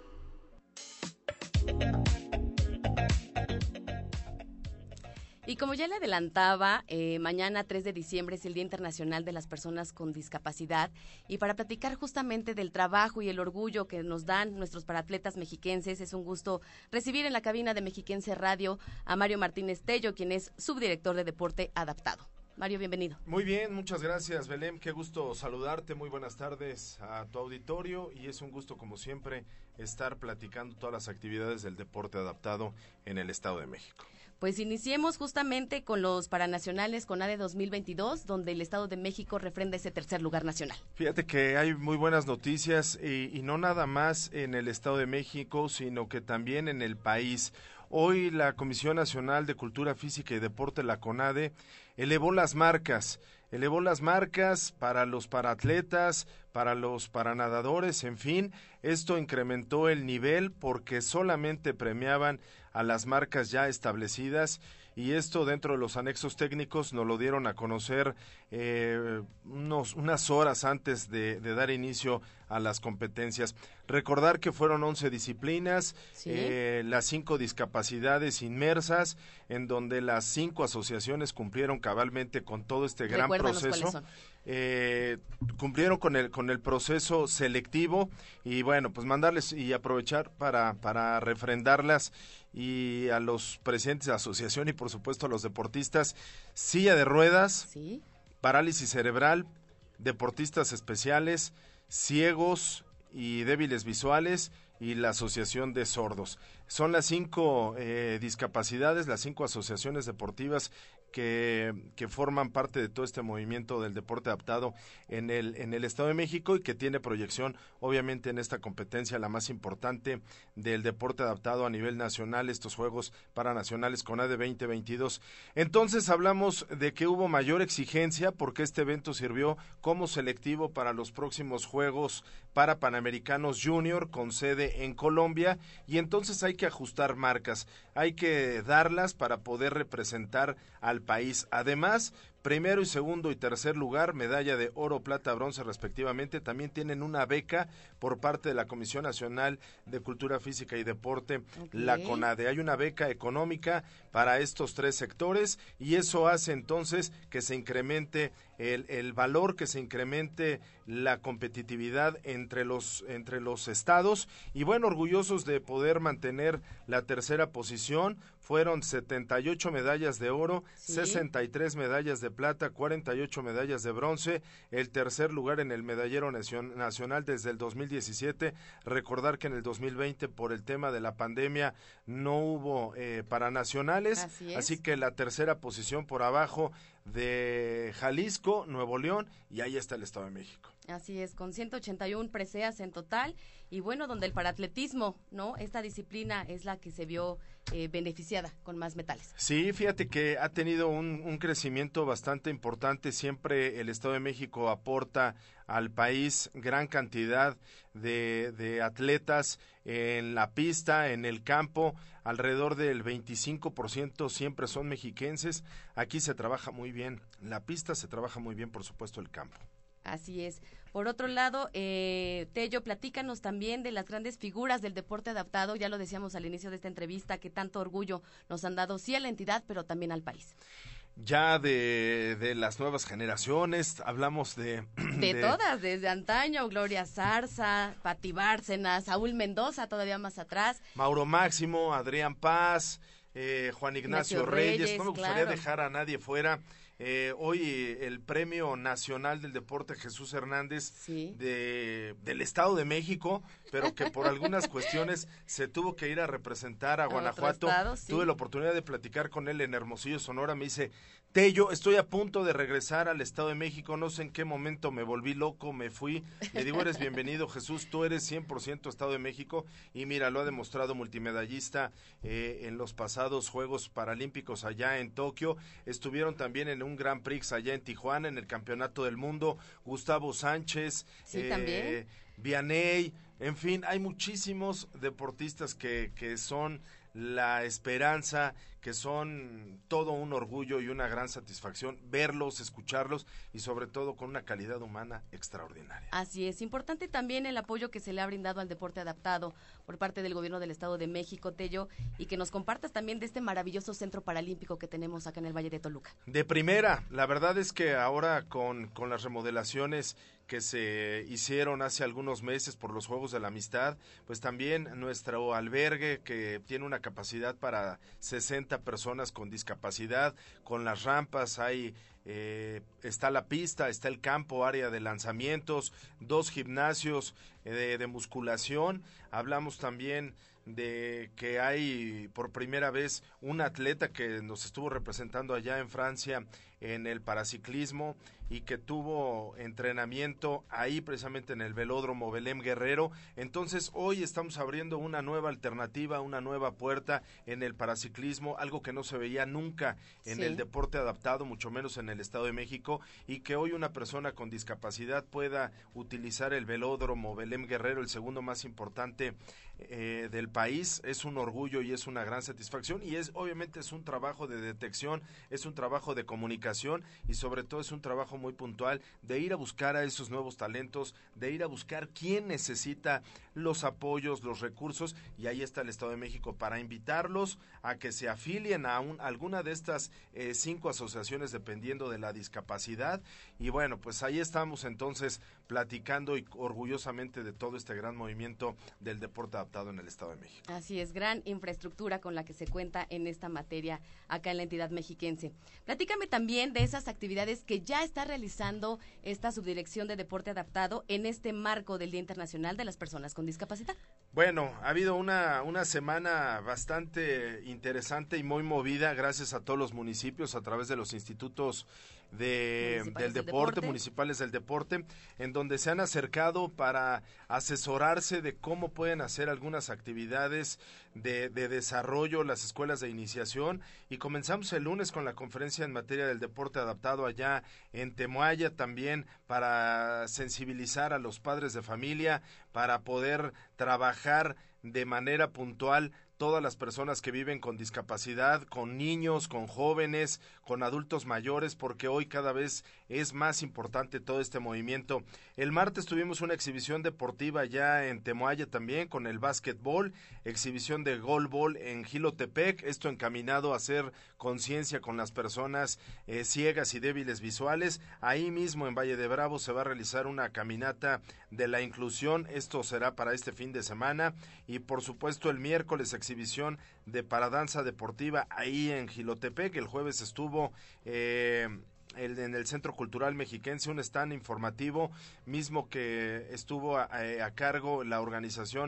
S2: Y como ya le adelantaba, mañana 3 de diciembre es el Día Internacional de las Personas con Discapacidad, y para platicar justamente del trabajo y el orgullo que nos dan nuestros paratletas mexiquenses, es un gusto recibir en la cabina de Mexiquense Radio a Mario Martínez Tello, quien es subdirector de Deporte Adaptado. Mario, bienvenido.
S9: Muy bien, muchas gracias, Belén, qué gusto saludarte, muy buenas tardes a tu auditorio, y es un gusto, como siempre, estar platicando todas las actividades del deporte adaptado en el Estado de México.
S2: Pues iniciemos justamente con los Paranacionales CONADE 2022, donde el Estado de México refrenda ese tercer lugar nacional.
S9: Fíjate que hay muy buenas noticias y no nada más en el Estado de México, sino que también en el país. Hoy la Comisión Nacional de Cultura Física y Deporte, la CONADE, elevó las marcas para los paratletas, para los paranadadores, en fin, esto incrementó el nivel porque solamente premiaban a las marcas ya establecidas, y esto dentro de los anexos técnicos nos lo dieron a conocer unas horas antes de dar inicio a las competencias. Recordar que fueron 11 disciplinas, ¿sí? Las 5 discapacidades inmersas, en donde las 5 asociaciones cumplieron cabalmente con todo este gran proceso. Cumplieron con el proceso selectivo, y bueno, pues mandarles y aprovechar para refrendarlas, y a los presidentes de asociación y por supuesto a los deportistas: silla de ruedas, ¿sí?, parálisis cerebral, deportistas especiales, ciegos y débiles visuales, y la Asociación de Sordos. Son las 5 discapacidades, las 5 asociaciones deportivas que forman parte de todo este movimiento del deporte adaptado en el Estado de México, y que tiene proyección obviamente en esta competencia, la más importante del deporte adaptado a nivel nacional, estos Juegos Paranacionales CONADE 2022. Entonces hablamos de que hubo mayor exigencia porque este evento sirvió como selectivo para los próximos Juegos para Panamericanos Junior con sede en Colombia, y entonces hay que ajustar marcas, hay que darlas para poder representar al país. Además, primero y segundo y tercer lugar, medalla de oro, plata, bronce respectivamente, también tienen una beca por parte de la Comisión Nacional de Cultura Física y Deporte, la CONADE. Hay una beca económica para estos 3 sectores, y eso hace entonces que se incremente el valor, que se incremente la competitividad entre los estados, y bueno, orgullosos de poder mantener la tercera posición. Fueron 78 medallas de oro, ¿sí?, 63 medallas de plata, 48 medallas de bronce, el tercer lugar en el medallero nacional desde el 2017. Recordar que en el 2020 por el tema de la pandemia no hubo paranacionales, así que la tercera posición por abajo de Jalisco, Nuevo León, y ahí está el Estado de México.
S2: Así es, con 181 preseas en total, y bueno, donde el paraatletismo, ¿no? Esta disciplina es la que se vio beneficiada con más metales.
S9: Sí, fíjate que ha tenido un crecimiento bastante importante. Siempre el Estado de México aporta al país gran cantidad de atletas en la pista, en el campo. Alrededor del 25% siempre son mexiquenses. Aquí se trabaja muy bien la pista, se trabaja muy bien, por supuesto, el campo.
S2: Así es. Por otro lado, Tello, platícanos también de las grandes figuras del deporte adaptado. Ya lo decíamos al inicio de esta entrevista, que tanto orgullo nos han dado, sí a la entidad, pero también al país.
S9: Ya de las nuevas generaciones, hablamos de
S2: todas, desde antaño, Gloria Zarza, Pati Bárcenas, Saúl Mendoza, todavía más atrás.
S9: Mauro Máximo, Adrián Paz, Juan Ignacio Reyes, no me gustaría dejar a nadie fuera. Hoy el Premio Nacional del Deporte Jesús Hernández del Estado de México, pero que por algunas cuestiones se tuvo que ir a representar a Guanajuato.
S2: Estado, sí.
S9: Tuve la oportunidad de platicar con él en Hermosillo, Sonora. Me dice: Tello, estoy a punto de regresar al Estado de México, no sé en qué momento me volví loco, me fui. Le digo: eres bienvenido, Jesús, tú eres 100% Estado de México, y mira, lo ha demostrado multimedallista en los pasados Juegos Paralímpicos allá en Tokio. Estuvieron también en un Grand Prix allá en Tijuana, en el Campeonato del Mundo. Gustavo Sánchez,
S2: también
S9: Vianney, en fin, hay muchísimos deportistas que son la esperanza, que son todo un orgullo y una gran satisfacción verlos, escucharlos, y sobre todo con una calidad humana extraordinaria.
S2: Así es, importante también el apoyo que se le ha brindado al deporte adaptado por parte del gobierno del Estado de México, Tello, y que nos compartas también de este maravilloso centro paralímpico que tenemos acá en el Valle de Toluca.
S9: De primera, la verdad es que ahora con las remodelaciones que se hicieron hace algunos meses por los Juegos de la Amistad, pues también nuestro albergue, que tiene una capacidad para 60 personas con discapacidad, con las rampas, está la pista, está el campo, área de lanzamientos, 2 gimnasios de musculación. Hablamos también de que hay por primera vez un atleta que nos estuvo representando allá en Francia en el paraciclismo y que tuvo entrenamiento ahí precisamente en el velódromo Belém Guerrero. Entonces hoy estamos abriendo una nueva alternativa, una nueva puerta en el paraciclismo, algo que no se veía nunca en el deporte adaptado, mucho menos en el Estado de México, y que hoy una persona con discapacidad pueda utilizar el velódromo Belém Guerrero, el segundo más importante del país. Es un orgullo y es una gran satisfacción, y obviamente es un trabajo de detección, es un trabajo de comunicación, y sobre todo es un trabajo muy puntual de ir a buscar a esos nuevos talentos, de ir a buscar quién necesita los apoyos, los recursos, y ahí está el Estado de México para invitarlos a que se afilien a alguna de estas 5 asociaciones dependiendo de la discapacidad. Y bueno, pues ahí estamos entonces platicando y orgullosamente de todo este gran movimiento del deporte adaptado en el Estado de México.
S2: Así es, gran infraestructura con la que se cuenta en esta materia acá en la entidad mexiquense. Platícame también de esas actividades que ya está realizando esta Subdirección de Deporte Adaptado en este marco del Día Internacional de las Personas con Discapacidad.
S9: Bueno, ha habido una semana bastante interesante y muy movida gracias a todos los municipios a través de los institutos del deporte, municipales del deporte, en donde se han acercado para asesorarse de cómo pueden hacer algunas actividades de desarrollo las escuelas de iniciación, y comenzamos el lunes con la conferencia en materia del deporte adaptado allá en Temoaya, también para sensibilizar a los padres de familia, para poder trabajar de manera puntual todas las personas que viven con discapacidad, con niños, con jóvenes, con adultos mayores, porque hoy cada vez es más importante todo este movimiento. El martes tuvimos una exhibición deportiva ya en Temoaya también, con el básquetbol, exhibición de golbol en Jilotepec, esto encaminado a hacer conciencia con las personas ciegas y débiles visuales. Ahí mismo en Valle de Bravo se va a realizar una caminata de la inclusión, esto será para este fin de semana, y por supuesto el miércoles exhibición de paradanza deportiva ahí en Jilotepec. El jueves estuvo en el Centro Cultural Mexiquense un stand informativo mismo que estuvo a cargo la organización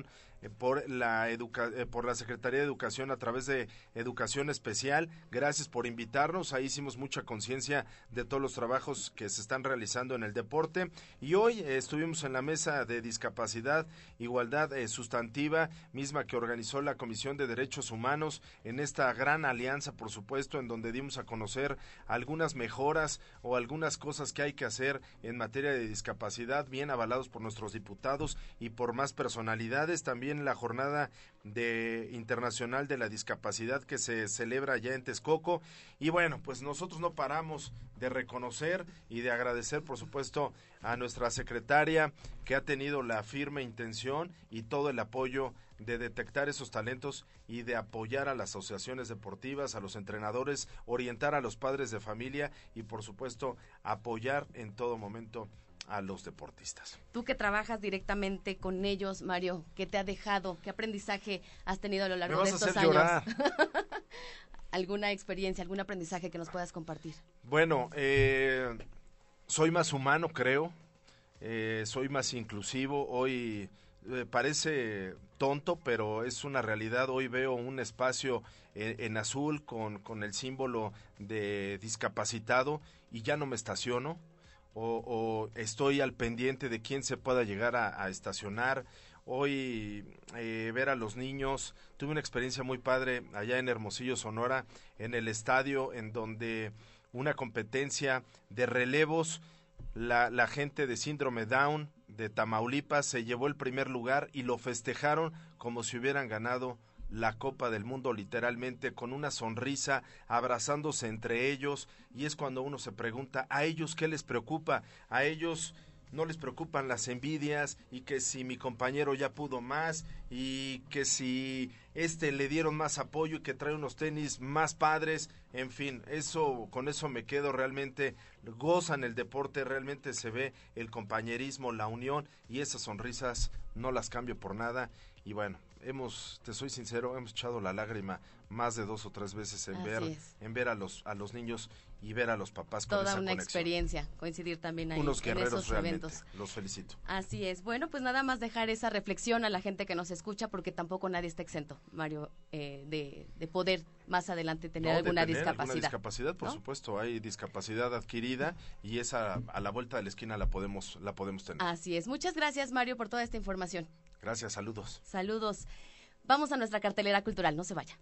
S9: por la Secretaría de Educación a través de Educación Especial. Gracias por invitarnos. Ahí hicimos mucha conciencia de todos los trabajos que se están realizando en el deporte. Y hoy estuvimos en la mesa de discapacidad, igualdad sustantiva, misma que organizó la Comisión de Derechos Humanos en esta gran alianza, por supuesto, en donde dimos a conocer algunas mejoras o algunas cosas que hay que hacer en materia de discapacidad, bien avalados por nuestros diputados y por más personalidades. También la Jornada Internacional de la Discapacidad que se celebra ya en Texcoco. Y bueno, pues nosotros no paramos de reconocer y de agradecer, por supuesto, a nuestra secretaria, que ha tenido la firme intención y todo el apoyo de detectar esos talentos y de apoyar a las asociaciones deportivas, a los entrenadores, orientar a los padres de familia y, por supuesto, apoyar en todo momento a los deportistas.
S2: Tú que trabajas directamente con ellos, Mario, ¿qué te ha dejado? ¿Qué aprendizaje has tenido a lo largo de estos años? ¿Alguna experiencia, algún aprendizaje que nos puedas compartir?
S9: Bueno, soy más humano, creo. Soy más inclusivo. Hoy parece tonto, pero es una realidad. Hoy veo un espacio en azul con el símbolo de discapacitado y ya no me estaciono. O estoy al pendiente de quién se pueda llegar a estacionar. Hoy ver a los niños, tuve una experiencia muy padre allá en Hermosillo, Sonora, en el estadio, en donde una competencia de relevos, la gente de síndrome Down de Tamaulipas se llevó el primer lugar y lo festejaron como si hubieran ganado la Copa del Mundo, literalmente, con una sonrisa, abrazándose entre ellos. Y es cuando uno se pregunta, ¿a ellos qué les preocupa? A ellos no les preocupan las envidias y que si mi compañero ya pudo más y que si le dieron más apoyo y que trae unos tenis más padres. En fin, con eso me quedo. Realmente gozan el deporte, realmente se ve el compañerismo, la unión, y esas sonrisas no las cambio por nada. Y bueno, te soy sincero, hemos echado la lágrima más de 2 o 3 veces en ver a los niños y ver a los papás con esa conexión.
S2: Toda una experiencia, coincidir también ahí
S9: unos guerreros,
S2: en esos
S9: realmente,
S2: eventos.
S9: Los felicito.
S2: Así es. Bueno, pues nada más dejar esa reflexión a la gente que nos escucha, porque tampoco nadie está exento, Mario, de poder más adelante tener alguna discapacidad.
S9: Por supuesto, hay discapacidad adquirida y esa a la vuelta de la esquina la podemos tener.
S2: Así es. Muchas gracias, Mario, por toda esta información.
S9: Gracias, saludos.
S2: Saludos. Vamos a nuestra cartelera cultural, no se vaya.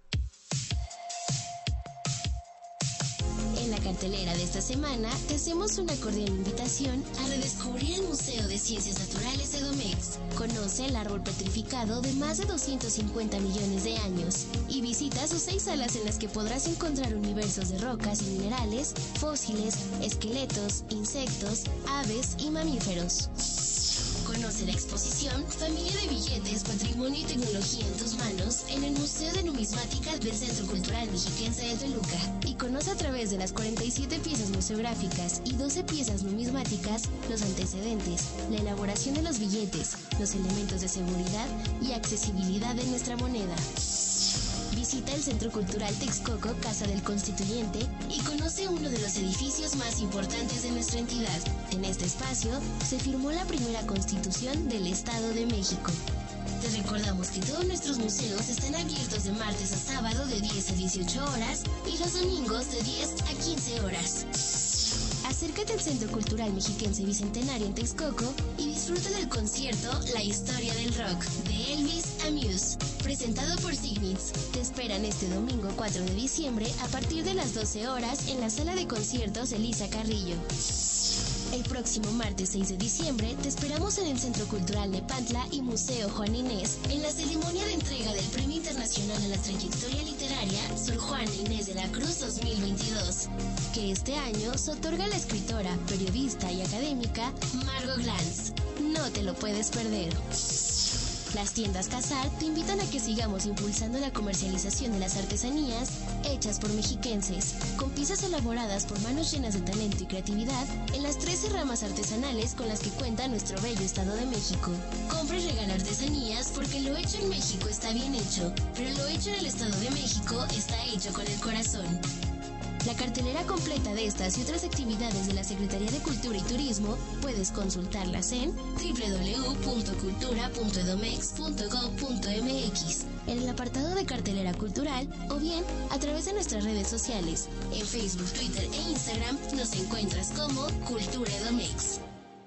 S21: En la cartelera de esta semana te hacemos una cordial invitación a redescubrir el Museo de Ciencias Naturales Edomex. Conoce el árbol petrificado de más de 250 millones de años y visita sus 6 salas en las que podrás encontrar universos de rocas y minerales, fósiles, esqueletos, insectos, aves y mamíferos. Conoce la exposición Familia de Billetes, Patrimonio y Tecnología en tus manos en el Museo de Numismática del Centro Cultural Mexiquense de Toluca y conoce a través de las 47 piezas museográficas y 12 piezas numismáticas los antecedentes, la elaboración de los billetes, los elementos de seguridad y accesibilidad de nuestra moneda. Visita el Centro Cultural Texcoco, Casa del Constituyente, y conoce uno de los edificios más importantes de nuestra entidad. En este espacio se firmó la primera Constitución del Estado de México. Te recordamos que todos nuestros museos están abiertos de martes a sábado de 10 a 18 horas y los domingos de 10 a 15 horas. Acércate al Centro Cultural Mexiquense Bicentenario en Texcoco y disfruta del concierto La Historia del Rock de Elvis Amuse, presentado por Signitz. Te esperan este domingo 4 de diciembre a partir de las 12 horas en la sala de conciertos Elisa Carrillo. El próximo martes 6 de diciembre te esperamos en el Centro Cultural Nepantla y Museo Juan Inés en la ceremonia de entrega del Premio Internacional a la Trayectoria Literaria Sor Juana Inés de la Cruz 2022, que este año se otorga a la escritora, periodista y académica Margot Glantz. No te lo puedes perder. Las tiendas Casar te invitan a que sigamos impulsando la comercialización de las artesanías hechas por mexiquenses, con piezas elaboradas por manos llenas de talento y creatividad en las 13 ramas artesanales con las que cuenta nuestro bello Estado de México. Compra y regala artesanías porque lo hecho en México está bien hecho, pero lo hecho en el Estado de México está hecho con el corazón. La cartelera completa de estas y otras actividades de la Secretaría de Cultura y Turismo puedes consultarlas en www.cultura.edomex.gov.mx, en el apartado de cartelera cultural o bien a través de nuestras redes sociales. En Facebook, Twitter e Instagram nos encuentras como Cultura Edomex.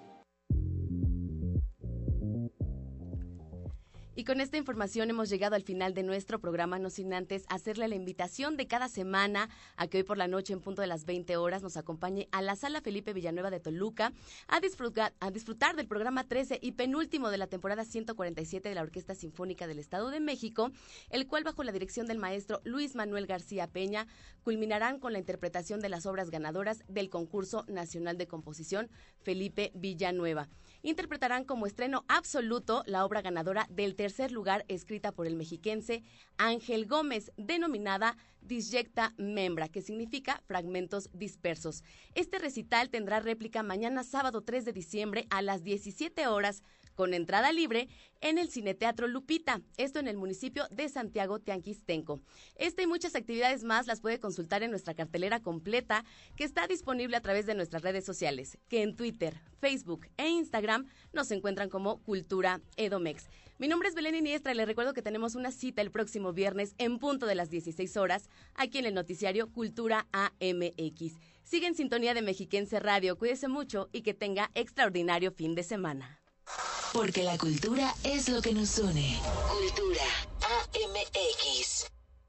S2: Y con esta información hemos llegado al final de nuestro programa, no sin antes hacerle la invitación de cada semana a que hoy por la noche en punto de las 20 horas nos acompañe a la Sala Felipe Villanueva de Toluca a disfrutar del programa 13 y penúltimo de la temporada 147 de la Orquesta Sinfónica del Estado de México, el cual bajo la dirección del maestro Luis Manuel García Peña culminarán con la interpretación de las obras ganadoras del Concurso Nacional de Composición Felipe Villanueva. Interpretarán como estreno absoluto la obra ganadora del tercer lugar escrita por el mexiquense Ángel Gómez, denominada Disjecta Membra, que significa fragmentos dispersos. Este recital tendrá réplica mañana sábado 3 de diciembre a las 17 horas con entrada libre en el Cineteatro Lupita, esto en el municipio de Santiago Teanquistenco. Esta y muchas actividades más las puede consultar en nuestra cartelera completa, que está disponible a través de nuestras redes sociales, que en Twitter, Facebook e Instagram nos encuentran como Cultura Edomex. Mi nombre es Belén Iniestra y les recuerdo que tenemos una cita el próximo viernes en punto de las 16 horas aquí en el noticiario Cultura AMX. Sigue en sintonía de Mexiquense Radio, cuídese mucho y que tenga extraordinario fin de semana.
S1: Porque la cultura es lo que nos une. Cultura AMX.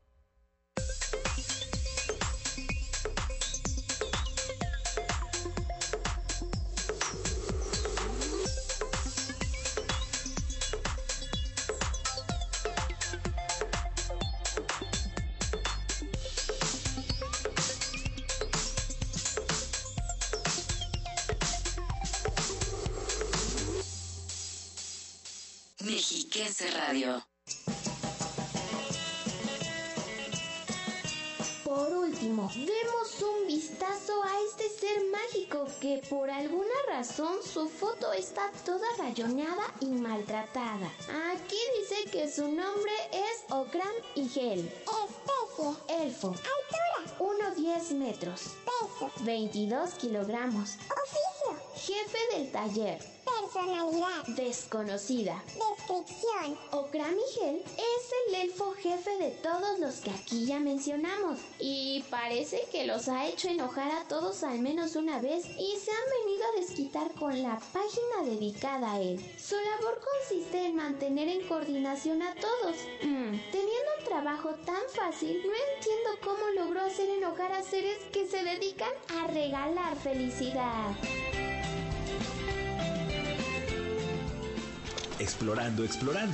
S1: Mexiquense Radio.
S6: Por último, demos un vistazo a este ser mágico que por alguna razón su foto está toda rayoneada y maltratada. Aquí dice que su nombre es Okram Igel. Especie. Elfo. Altura. 1,10 metros. Peso. 22 kilogramos. Oficio. Jefe del taller. Personalidad. Desconocida. Descripción. Okram Igel es el elfo jefe de todos los que aquí ya mencionamos. Y parece que los ha hecho enojar a todos al menos una vez y se han venido a desquitar con la página dedicada a él. Su labor consiste en mantener en coordinación a todos. Teniendo un trabajo tan fácil, no entiendo cómo logró hacer enojar a seres que se dedican a regalar felicidad.
S10: Explorando.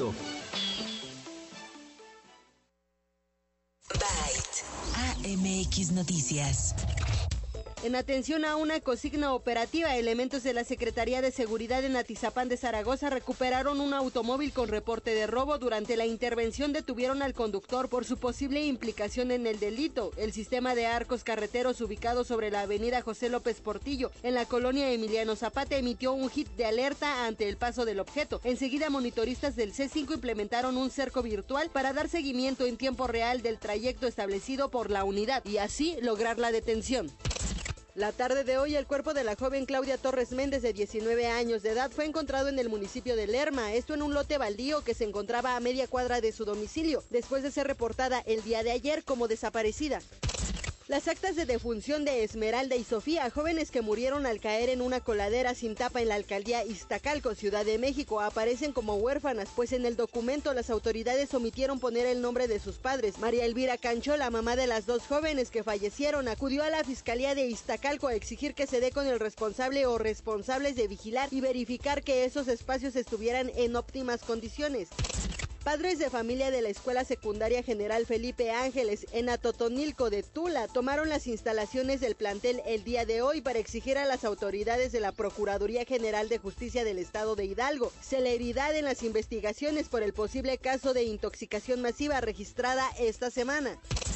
S1: Byte AMX Noticias.
S11: En atención a una consigna operativa, elementos de la Secretaría de Seguridad en Atizapán de Zaragoza recuperaron un automóvil con reporte de robo. Durante la intervención detuvieron al conductor por su posible implicación en el delito. El sistema de arcos carreteros ubicado sobre la avenida José López Portillo, en la colonia Emiliano Zapata, emitió un hit de alerta ante el paso del objeto. Enseguida, monitoristas del C5 implementaron un cerco virtual para dar seguimiento en tiempo real del trayecto establecido por la unidad y así lograr la detención. La tarde de hoy, el cuerpo de la joven Claudia Torres Méndez, de 19 años de edad, fue encontrado en el municipio de Lerma, esto en un lote baldío que se encontraba a media cuadra de su domicilio, después de ser reportada el día de ayer como desaparecida. Las actas de defunción de Esmeralda y Sofía, jóvenes que murieron al caer en una coladera sin tapa en la alcaldía Iztacalco, Ciudad de México, aparecen como huérfanas, pues en el documento las autoridades omitieron poner el nombre de sus padres. María Elvira Cancho, la mamá de las dos jóvenes que fallecieron, acudió a la Fiscalía de Iztacalco a exigir que se dé con el responsable o responsables de vigilar y verificar que esos espacios estuvieran en óptimas condiciones. Padres de familia de la Escuela Secundaria General Felipe Ángeles en Atotonilco de Tula tomaron las instalaciones del plantel el día de hoy para exigir a las autoridades de la Procuraduría General de Justicia del Estado de Hidalgo celeridad en las investigaciones por el posible caso de intoxicación masiva registrada esta semana.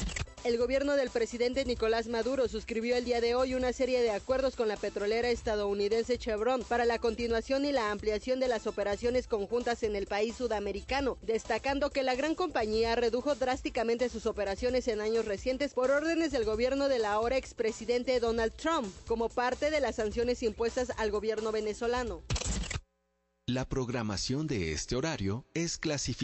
S11: El gobierno del presidente Nicolás Maduro suscribió el día de hoy una serie de acuerdos con la petrolera estadounidense Chevron para la continuación y la ampliación de las operaciones conjuntas en el país sudamericano, destacando que la gran compañía redujo drásticamente sus operaciones en años recientes por órdenes del gobierno del ahora expresidente Donald Trump, como parte de las sanciones impuestas al gobierno venezolano.
S10: La programación de este horario es clasificada